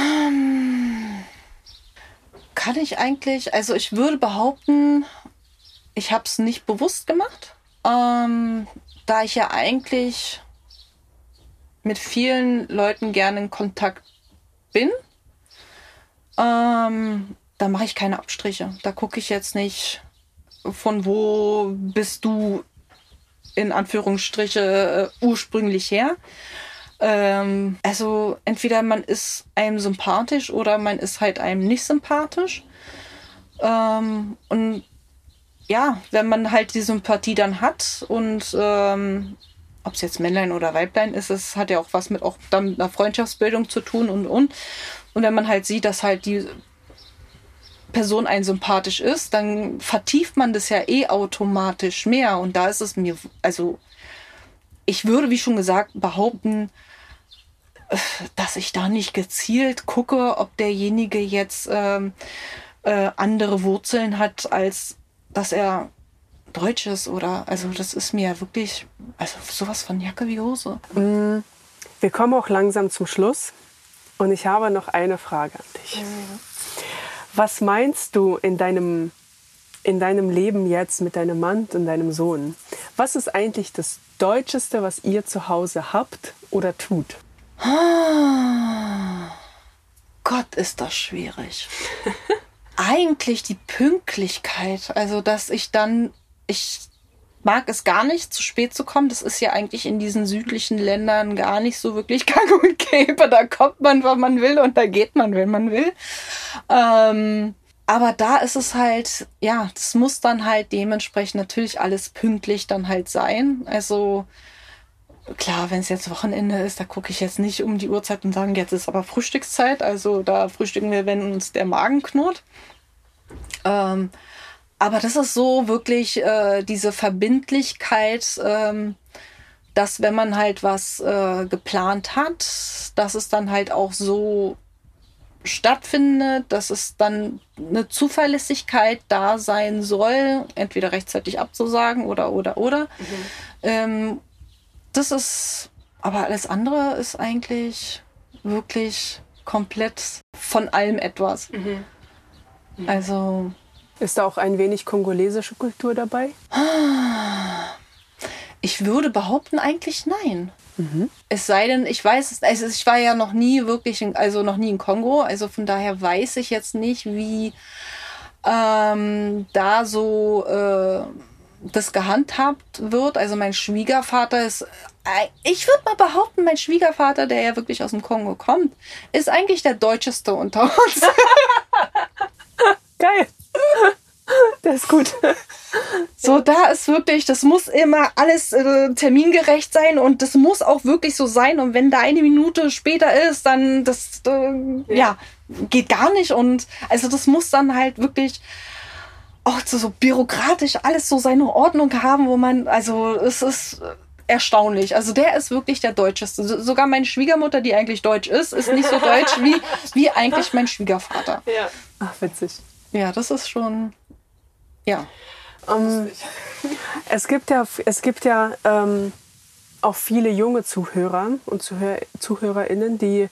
Kann ich eigentlich, also ich würde behaupten, ich habe es nicht bewusst gemacht, ähm, da ich ja eigentlich mit vielen Leuten gerne in Kontakt bin. Ähm, da mache ich keine Abstriche. Da gucke ich jetzt nicht, von wo bist du in Anführungsstriche äh, ursprünglich her. Ähm, also entweder man ist einem sympathisch oder man ist halt einem nicht sympathisch. Ähm, und ja, wenn man halt die Sympathie dann hat und ähm, ob es jetzt Männlein oder Weiblein ist, es hat ja auch was mit auch dann mit einer Freundschaftsbildung zu tun und und. Und wenn man halt sieht, dass halt die Person einen sympathisch ist, dann vertieft man das ja eh automatisch mehr. Und da ist es mir, also ich würde, wie schon gesagt, behaupten, dass ich da nicht gezielt gucke, ob derjenige jetzt ähm, äh, andere Wurzeln hat, als dass er Deutsch ist oder, also das ist mir wirklich, also sowas von Jacke wie Hose. Wir kommen auch langsam zum Schluss und ich habe noch eine Frage an dich. Mhm. Was meinst du in deinem, in deinem Leben jetzt mit deinem Mann und deinem Sohn? Was ist eigentlich das Deutscheste, was ihr zu Hause habt oder tut? Oh, Gott, ist das schwierig. Eigentlich die Pünktlichkeit, also dass ich dann, ich mag es gar nicht, zu spät zu kommen. Das ist ja eigentlich in diesen südlichen Ländern gar nicht so wirklich gang und gäbe. Da kommt man, wann man will und da geht man, wenn man will. Ähm, aber da ist es halt, ja, das muss dann halt dementsprechend natürlich alles pünktlich dann halt sein. Also klar, wenn es jetzt Wochenende ist, da gucke ich jetzt nicht um die Uhrzeit und sage, jetzt ist aber Frühstückszeit. Also da frühstücken wir, wenn uns der Magen knurrt. Ähm, aber das ist so wirklich äh, diese Verbindlichkeit, ähm, dass wenn man halt was äh, geplant hat, dass es dann halt auch so stattfindet, dass es dann eine Zuverlässigkeit da sein soll, entweder rechtzeitig abzusagen oder, oder, oder. Mhm. Ähm, das ist, aber alles andere ist eigentlich wirklich komplett von allem etwas. Mhm. Mhm. Also... Ist da auch ein wenig kongolesische Kultur dabei? Ich würde behaupten, eigentlich nein. Mhm. Es sei denn, ich weiß es, also ich war ja noch nie wirklich, in, also noch nie in Kongo, also von daher weiß ich jetzt nicht, wie ähm, da so äh, das gehandhabt wird. Also mein Schwiegervater ist, äh, ich würde mal behaupten, mein Schwiegervater, der ja wirklich aus dem Kongo kommt, ist eigentlich der Deutscheste unter uns. Geil. Das ist gut. So, da ist wirklich, das muss immer alles äh, termingerecht sein und das muss auch wirklich so sein. Und wenn da eine Minute später ist, dann das, äh, ja. ja, geht gar nicht. Und also das muss dann halt wirklich auch so, so bürokratisch alles so seine Ordnung haben, wo man, also es ist erstaunlich. Also der ist wirklich der Deutscheste. So, sogar meine Schwiegermutter, die eigentlich deutsch ist, ist nicht so deutsch wie, wie eigentlich mein Schwiegervater. Ja. Ach, witzig. Ja, das ist schon, ja. Um, es gibt ja, es gibt ja ähm, auch viele junge Zuhörer und Zuhör, ZuhörerInnen, die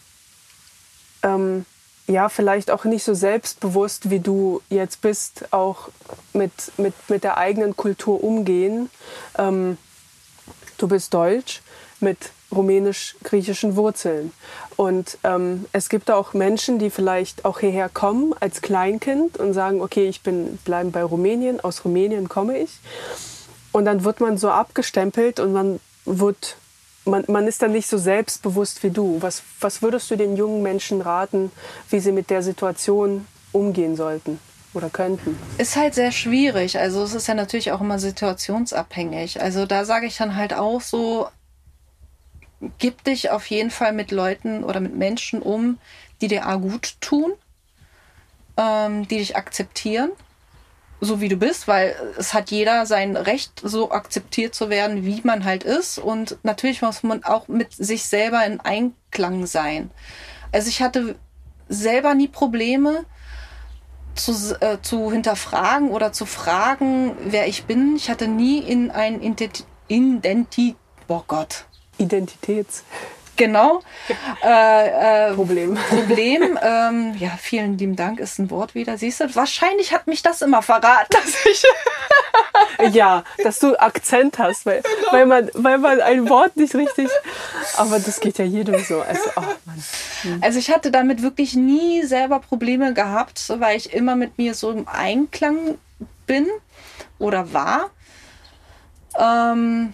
ähm, ja vielleicht auch nicht so selbstbewusst, wie du jetzt bist, auch mit, mit, mit der eigenen Kultur umgehen. Ähm, du bist deutsch. mit rumänisch-griechischen Wurzeln. Und ähm, es gibt auch Menschen, die vielleicht auch hierher kommen als Kleinkind und sagen, okay, ich bin bleiben bei Rumänien, aus Rumänien komme ich. Und dann wird man so abgestempelt und man wird, man, man ist dann nicht so selbstbewusst wie du. Was, was würdest du den jungen Menschen raten, wie sie mit der Situation umgehen sollten oder könnten? Ist halt sehr schwierig. Also es ist ja natürlich auch immer situationsabhängig. Also da sage ich dann halt auch so, gib dich auf jeden Fall mit Leuten oder mit Menschen um, die dir A gut tun, ähm, die dich akzeptieren, so wie du bist, weil es hat jeder sein Recht, so akzeptiert zu werden, wie man halt ist. Und natürlich muss man auch mit sich selber in Einklang sein. Also ich hatte selber nie Probleme zu, äh, zu hinterfragen oder zu fragen, wer ich bin. Ich hatte nie in ein Identi... Identi- oh Gott. Identitäts. Genau. Äh, äh, Problem. Problem. Ähm, ja, vielen lieben Dank ist ein Wort wieder. Siehst du, wahrscheinlich hat mich das immer verraten, dass ich... Ja, dass du Akzent hast, weil, genau. weil, man, weil man ein Wort nicht richtig... Aber das geht ja jedem so. Also, oh Mann. Hm. Also ich hatte damit wirklich nie selber Probleme gehabt, weil ich immer mit mir so im Einklang bin oder war. Ähm...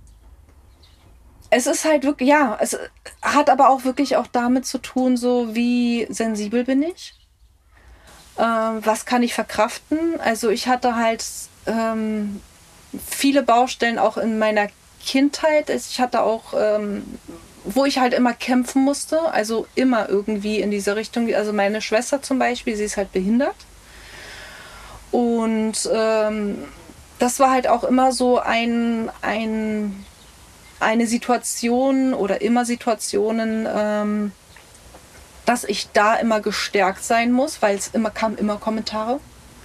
Es ist halt wirklich, ja, es hat aber auch wirklich auch damit zu tun, so wie sensibel bin ich. Ähm, was kann ich verkraften? Also ich hatte halt ähm, viele Baustellen auch in meiner Kindheit. Ich hatte auch, ähm, wo ich halt immer kämpfen musste, also immer irgendwie in diese Richtung. Also meine Schwester zum Beispiel, sie ist halt behindert. Und ähm, das war halt auch immer so ein... ein eine Situation oder immer Situationen, ähm, dass ich da immer gestärkt sein muss, weil es immer kamen immer Kommentare.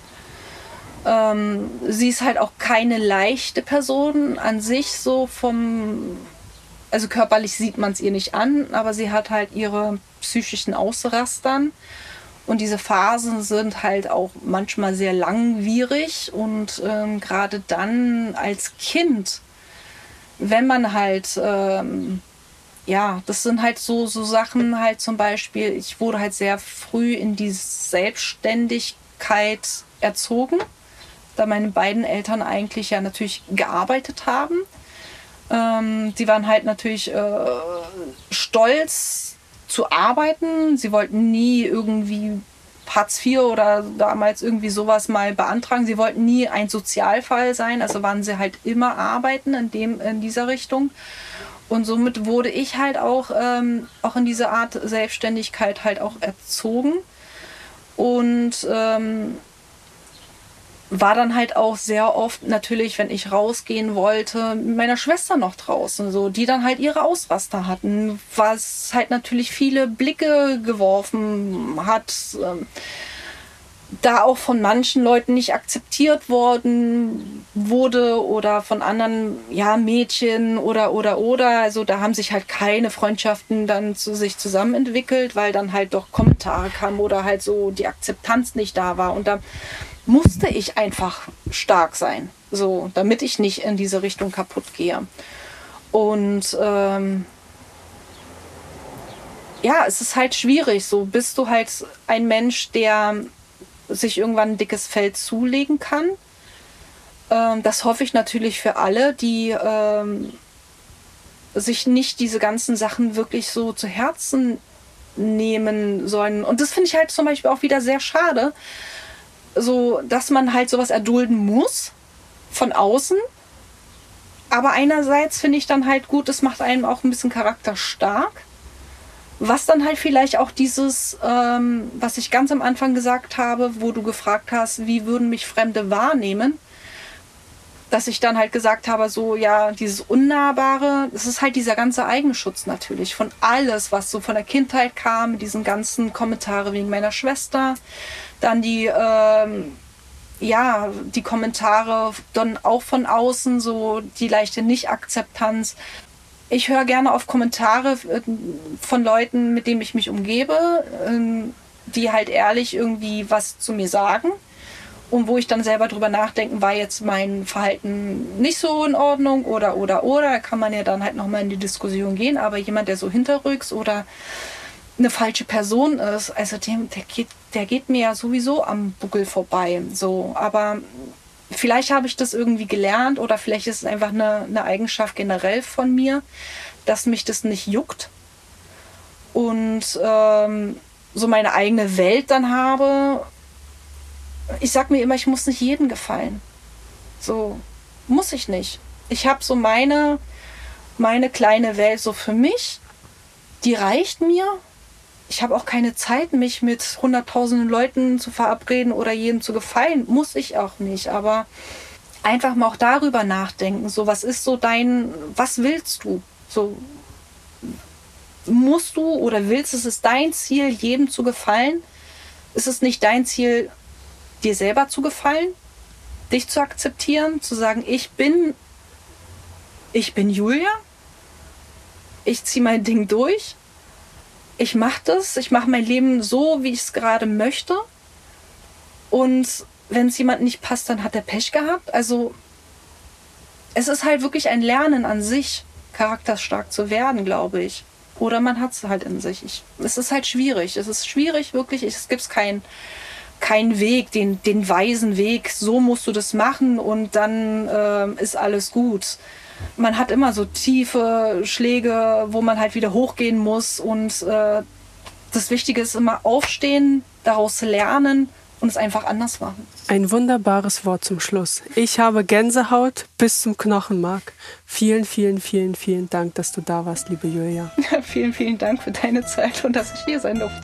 Ähm, sie ist halt auch keine leichte Person an sich, so vom, also körperlich sieht man es ihr nicht an, aber sie hat halt ihre psychischen Ausrastern und diese Phasen sind halt auch manchmal sehr langwierig und ähm, gerade dann als Kind, wenn man halt, ähm, ja, das sind halt so, so Sachen halt zum Beispiel, ich wurde halt sehr früh in die Selbstständigkeit erzogen, da meine beiden Eltern eigentlich ja natürlich gearbeitet haben. Ähm, die waren halt natürlich äh, stolz zu arbeiten. Sie wollten nie irgendwie Hartz vier oder damals irgendwie sowas mal beantragen. Sie wollten nie ein Sozialfall sein, also waren sie halt immer arbeiten in, dem, in dieser Richtung. Und somit wurde ich halt auch, ähm, auch in diese Art Selbstständigkeit halt auch erzogen. Und ähm, war dann halt auch sehr oft natürlich, wenn ich rausgehen wollte, mit meiner Schwester noch draußen, so, die dann halt ihre Ausraster hatten, was halt natürlich viele Blicke geworfen hat, ähm, da auch von manchen Leuten nicht akzeptiert worden wurde oder von anderen, ja, Mädchen oder, oder, oder, also da haben sich halt keine Freundschaften dann zu sich zusammen entwickelt, weil dann halt doch Kommentare kamen oder halt so die Akzeptanz nicht da war und da musste ich einfach stark sein, so, damit ich nicht in diese Richtung kaputt gehe. Und ähm, ja, es ist halt schwierig, so bist du halt ein Mensch, der sich irgendwann ein dickes Fell zulegen kann. Ähm, das hoffe ich natürlich für alle, die ähm, sich nicht diese ganzen Sachen wirklich so zu Herzen nehmen sollen. Und das finde ich halt zum Beispiel auch wieder sehr schade, so, dass man halt sowas erdulden muss von außen. Aber einerseits finde ich dann halt gut, es macht einem auch ein bisschen Charakter stark. Was dann halt vielleicht auch dieses, ähm, was ich ganz am Anfang gesagt habe, wo du gefragt hast, wie würden mich Fremde wahrnehmen, dass ich dann halt gesagt habe, so, ja, dieses Unnahbare, das ist halt dieser ganze Eigenschutz natürlich von alles, was so von der Kindheit kam, diesen ganzen Kommentare wegen meiner Schwester, dann die, ähm, ja, die Kommentare dann auch von außen, so die leichte Nicht-Akzeptanz. Ich höre gerne auf Kommentare von Leuten, mit denen ich mich umgebe, die halt ehrlich irgendwie was zu mir sagen. und wo ich dann selber drüber nachdenken, war jetzt mein Verhalten nicht so in Ordnung oder, oder, oder. Da kann man ja dann halt nochmal in die Diskussion gehen. Aber jemand, der so hinterrücks oder eine falsche Person ist, also dem, der, geht, der geht mir ja sowieso am Buckel vorbei. So. Aber vielleicht habe ich das irgendwie gelernt oder vielleicht ist es einfach eine, eine Eigenschaft generell von mir, dass mich das nicht juckt. Und ähm, so meine eigene Welt dann habe. Ich sag mir immer, ich muss nicht jedem gefallen. So muss ich nicht. Ich habe so meine, meine kleine Welt so für mich. Die reicht mir. Ich habe auch keine Zeit, mich mit hunderttausenden Leuten zu verabreden oder jedem zu gefallen. Muss ich auch nicht. Aber einfach mal auch darüber nachdenken. So, was ist so dein, was willst du? So, musst du oder willst, es ist dein Ziel, jedem zu gefallen? Ist es nicht dein Ziel, dir selber zu gefallen? Dich zu akzeptieren? Zu sagen, ich bin, ich bin Julia? Ich ziehe mein Ding durch? Ich mache das? Ich mache mein Leben so, wie ich es gerade möchte? Und wenn es jemand nicht passt, dann hat er Pech gehabt? Also es ist halt wirklich ein Lernen an sich, charakterstark zu werden, glaube ich. Oder man hat es halt in sich. Ich, es ist halt schwierig. Es ist schwierig, wirklich. Es gibt keinen kein Weg, den, den weisen Weg. So musst du das machen und dann äh, ist alles gut. Man hat immer so tiefe Schläge, wo man halt wieder hochgehen muss. Und äh, das Wichtige ist immer aufstehen, daraus lernen und es einfach anders machen. Ein wunderbares Wort zum Schluss. Ich habe Gänsehaut bis zum Knochenmark. Vielen, vielen, vielen, vielen Dank, dass du da warst, liebe Julia. Ja, vielen, vielen Dank für deine Zeit und dass ich hier sein durfte.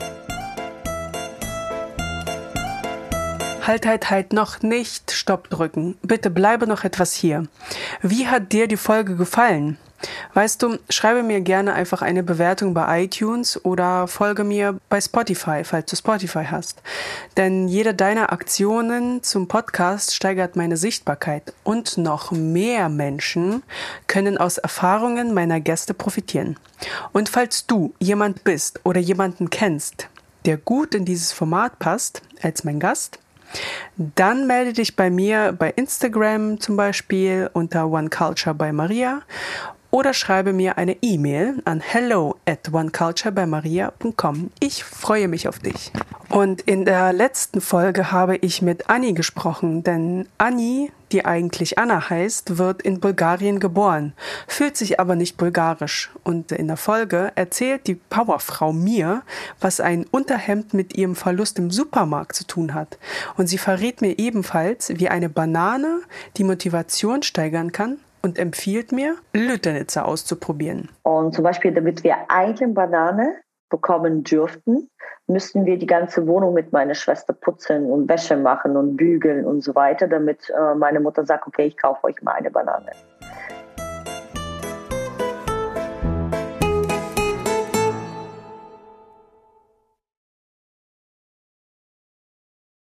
Halt, halt, halt, noch nicht Stopp drücken. Bitte bleibe noch etwas hier. Wie hat dir die Folge gefallen? Weißt du, schreibe mir gerne einfach eine Bewertung bei iTunes oder folge mir bei Spotify, falls du Spotify hast. Denn jede deiner Aktionen zum Podcast steigert meine Sichtbarkeit und noch mehr Menschen können aus Erfahrungen meiner Gäste profitieren. Und falls du jemand bist oder jemanden kennst, der gut in dieses Format passt, als mein Gast, dann melde dich bei mir bei Instagram zum Beispiel unter One Culture by Maria oder schreibe mir eine E-Mail an hello at one culture by maria dot com. Ich freue mich auf dich. Und in der letzten Folge habe ich mit Anni gesprochen, denn Anni, die eigentlich Anna heißt, wird in Bulgarien geboren, fühlt sich aber nicht bulgarisch. Und in der Folge erzählt die Powerfrau mir, was ein Unterhemd mit ihrem Verlust im Supermarkt zu tun hat. Und sie verrät mir ebenfalls, wie eine Banane die Motivation steigern kann und empfiehlt mir, Lüttenitzer auszuprobieren. Und zum Beispiel, damit wir eine Banane bekommen dürften, müssten wir die ganze Wohnung mit meiner Schwester putzen und Wäsche machen und bügeln und so weiter, damit äh, meine Mutter sagt, okay, ich kaufe euch mal eine Banane.